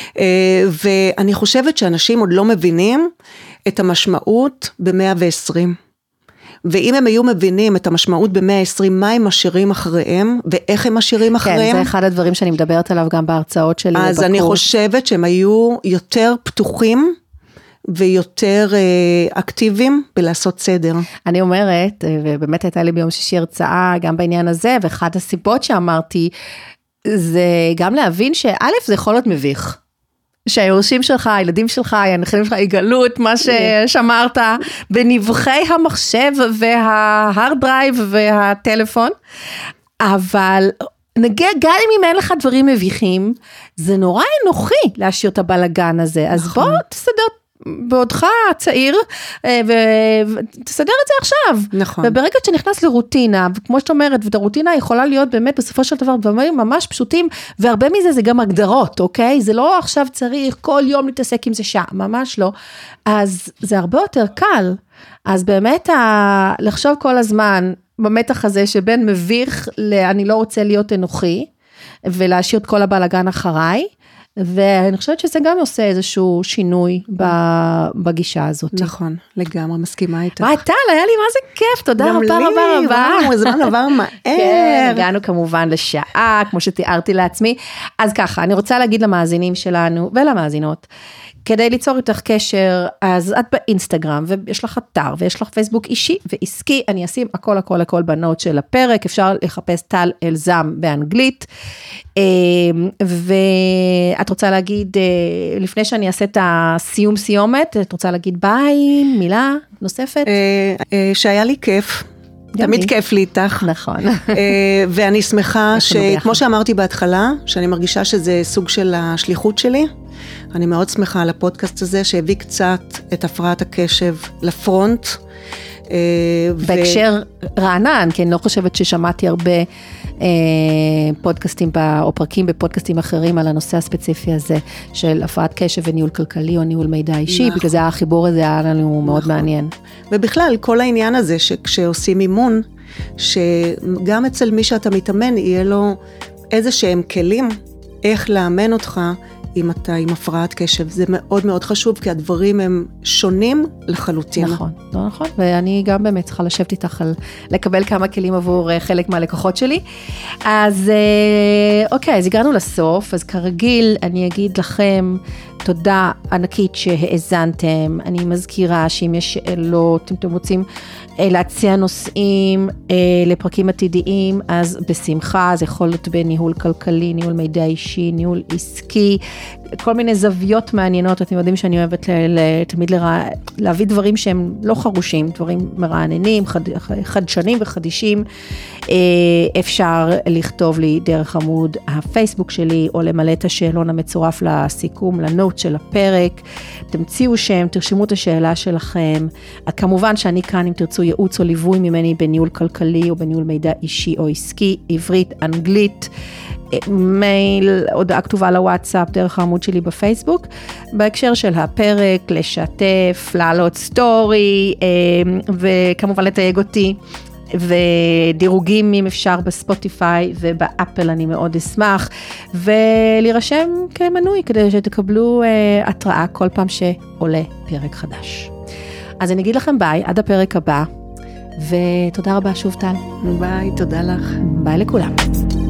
ואני חושבת שאנשים עוד לא מבינים את המשמעות ב-מאה ועשרים. ואם הם היו מבינים את המשמעות ב-מאה ועשרים, מה הם משאירים אחריהם, ואיך הם משאירים אחריהם. כן, זה אחד הדברים שאני מדברת עליו גם בהרצאות שלי. אז בקורס. אני חושבת שהם היו יותר פתוחים, ויותר אקטיביים בלעשות סדר. אני אומרת, ובאמת הייתה לי ביום שישי הרצאה גם בעניין הזה, ואחת הסיבות שאמרתי, זה גם להבין שא' זה יכול להיות מביך. שהיורשים שלך, הילדים שלך, הנכדים שלך יגלו את מה ששמרת בנבחי המחשב וההארד דרייב והטלפון, אבל נגיד, גם אם אין לך דברים מביכים, זה נורא אנוכי להשאיר את הבלגן הזה, אז בוא תסדר בעודך צעיר, ותסדר את זה עכשיו. נכון. וברגע שנכנס לרוטינה, וכמו שאת אומרת, והרוטינה יכולה להיות באמת בסופו של דבר, דברים ממש פשוטים, והרבה מזה זה גם הגדרות, אוקיי? זה לא עכשיו צריך כל יום להתעסק עם זה שעה, ממש לא. אז זה הרבה יותר קל. אז באמת, ה... לחשוב כל הזמן, במתח הזה, שבין מביך, אני לא רוצה להיות אנוכי, ולהשאיר את כל הבלגן אחריי, ואני חושבת שזה גם עושה איזשהו שינוי בגישה הזאת. נכון, לגמרי, מסכימה איתך. וואי, טל, היה לי מה זה כיף, תודה רבה רבה רבה. וואו, זמן עבר מהר. כן, הגענו כמובן לשעה, כמו שתיארתי לעצמי. אז ככה, אני רוצה להגיד למאזינים שלנו ולמאזינות, כדי ליצור איתך קשר, אז את באינסטגרם, ויש לך אתר, ויש לך פייסבוק אישי ועסקי, אני אשים הכל הכל הכל בנוט של הפרק, אפשר לחפש טל אלזם באנגלית, ואת רוצה להגיד, לפני שאני אעשה את הסיום סיומת, את רוצה להגיד ביי, מילה נוספת? שהיה לי כיף. תמיד כיף לי איתך. נכון. ואני שמחה שכמו שאמרתי בהתחלה, שאני מרגישה שזה סוג של השליחות שלי, אני מאוד שמחה על הפודקאסט הזה, שהביא קצת את הפרעת הקשב לפרונט. בהקשר רענן, כי אני לא חושבת ששמעתי הרבה פודקאסטים או פרקים בפודקאסטים אחרים על הנושא הספציפי הזה, של הפרעת קשב וניהול כלכלי או ניהול מידע אישי, בגלל זה החיבור הזה היה לנו מאוד מעניין. ובכלל, כל העניין הזה שכשעושים אימון, שגם אצל מי שאתה מתאמן, יהיה לו איזה שהם כלים, איך לאמן אותך, אם אתה עם הפרעת קשב, זה מאוד מאוד חשוב, כי הדברים הם שונים לחלוטין. נכון, לא נכון, ואני גם באמת צריכה לשבת איתך על לקבל כמה כלים עבור חלק מהלקוחות שלי. אז אוקיי, אז הגענו לסוף, אז כרגיל אני אגיד לכם, תודה ענקית שהאזנתם, אני מזכירה שאם יש שאלות, אם אתם רוצים להציע נושאים לפרקים עתידיים, אז בשמחה, זה יכול להיות בניהול כלכלי, ניהול מידע אישי, ניהול עסקי, כל מיני זוויות מעניינות, אתם יודעים שאני אוהבת תמיד להביא דברים שהם לא חרושים, דברים מרעננים, חדשנים וחדישים, אפשר לכתוב לי דרך עמוד הפייסבוק שלי, או למלא את השאלון המצורף לסיכום, לנוט של הפרק, תמציאו שם, תרשמו את השאלה שלכם, כמובן שאני כאן אם תרצו ייעוץ או ליווי ממני בניהול כלכלי, או בניהול מידע אישי או עסקי, עברית, אנגלית, מייל, הודעה כתובה לוואטסאפ, דרך העמוד בעמוד שלי בפייסבוק, בהקשר של הפרק, לשתף, לעלות סטורי, וכמובן לתייג אותי, ודירוגים אם אפשר בספוטיפיי ובאפל אני מאוד אשמח, ולהירשם כמנוי כדי שתקבלו uh, התראה כל פעם שעולה פרק חדש. אז אני אגיד לכם ביי, עד הפרק הבא, ותודה רבה שוב טל. ביי, תודה לך. ביי לכולם.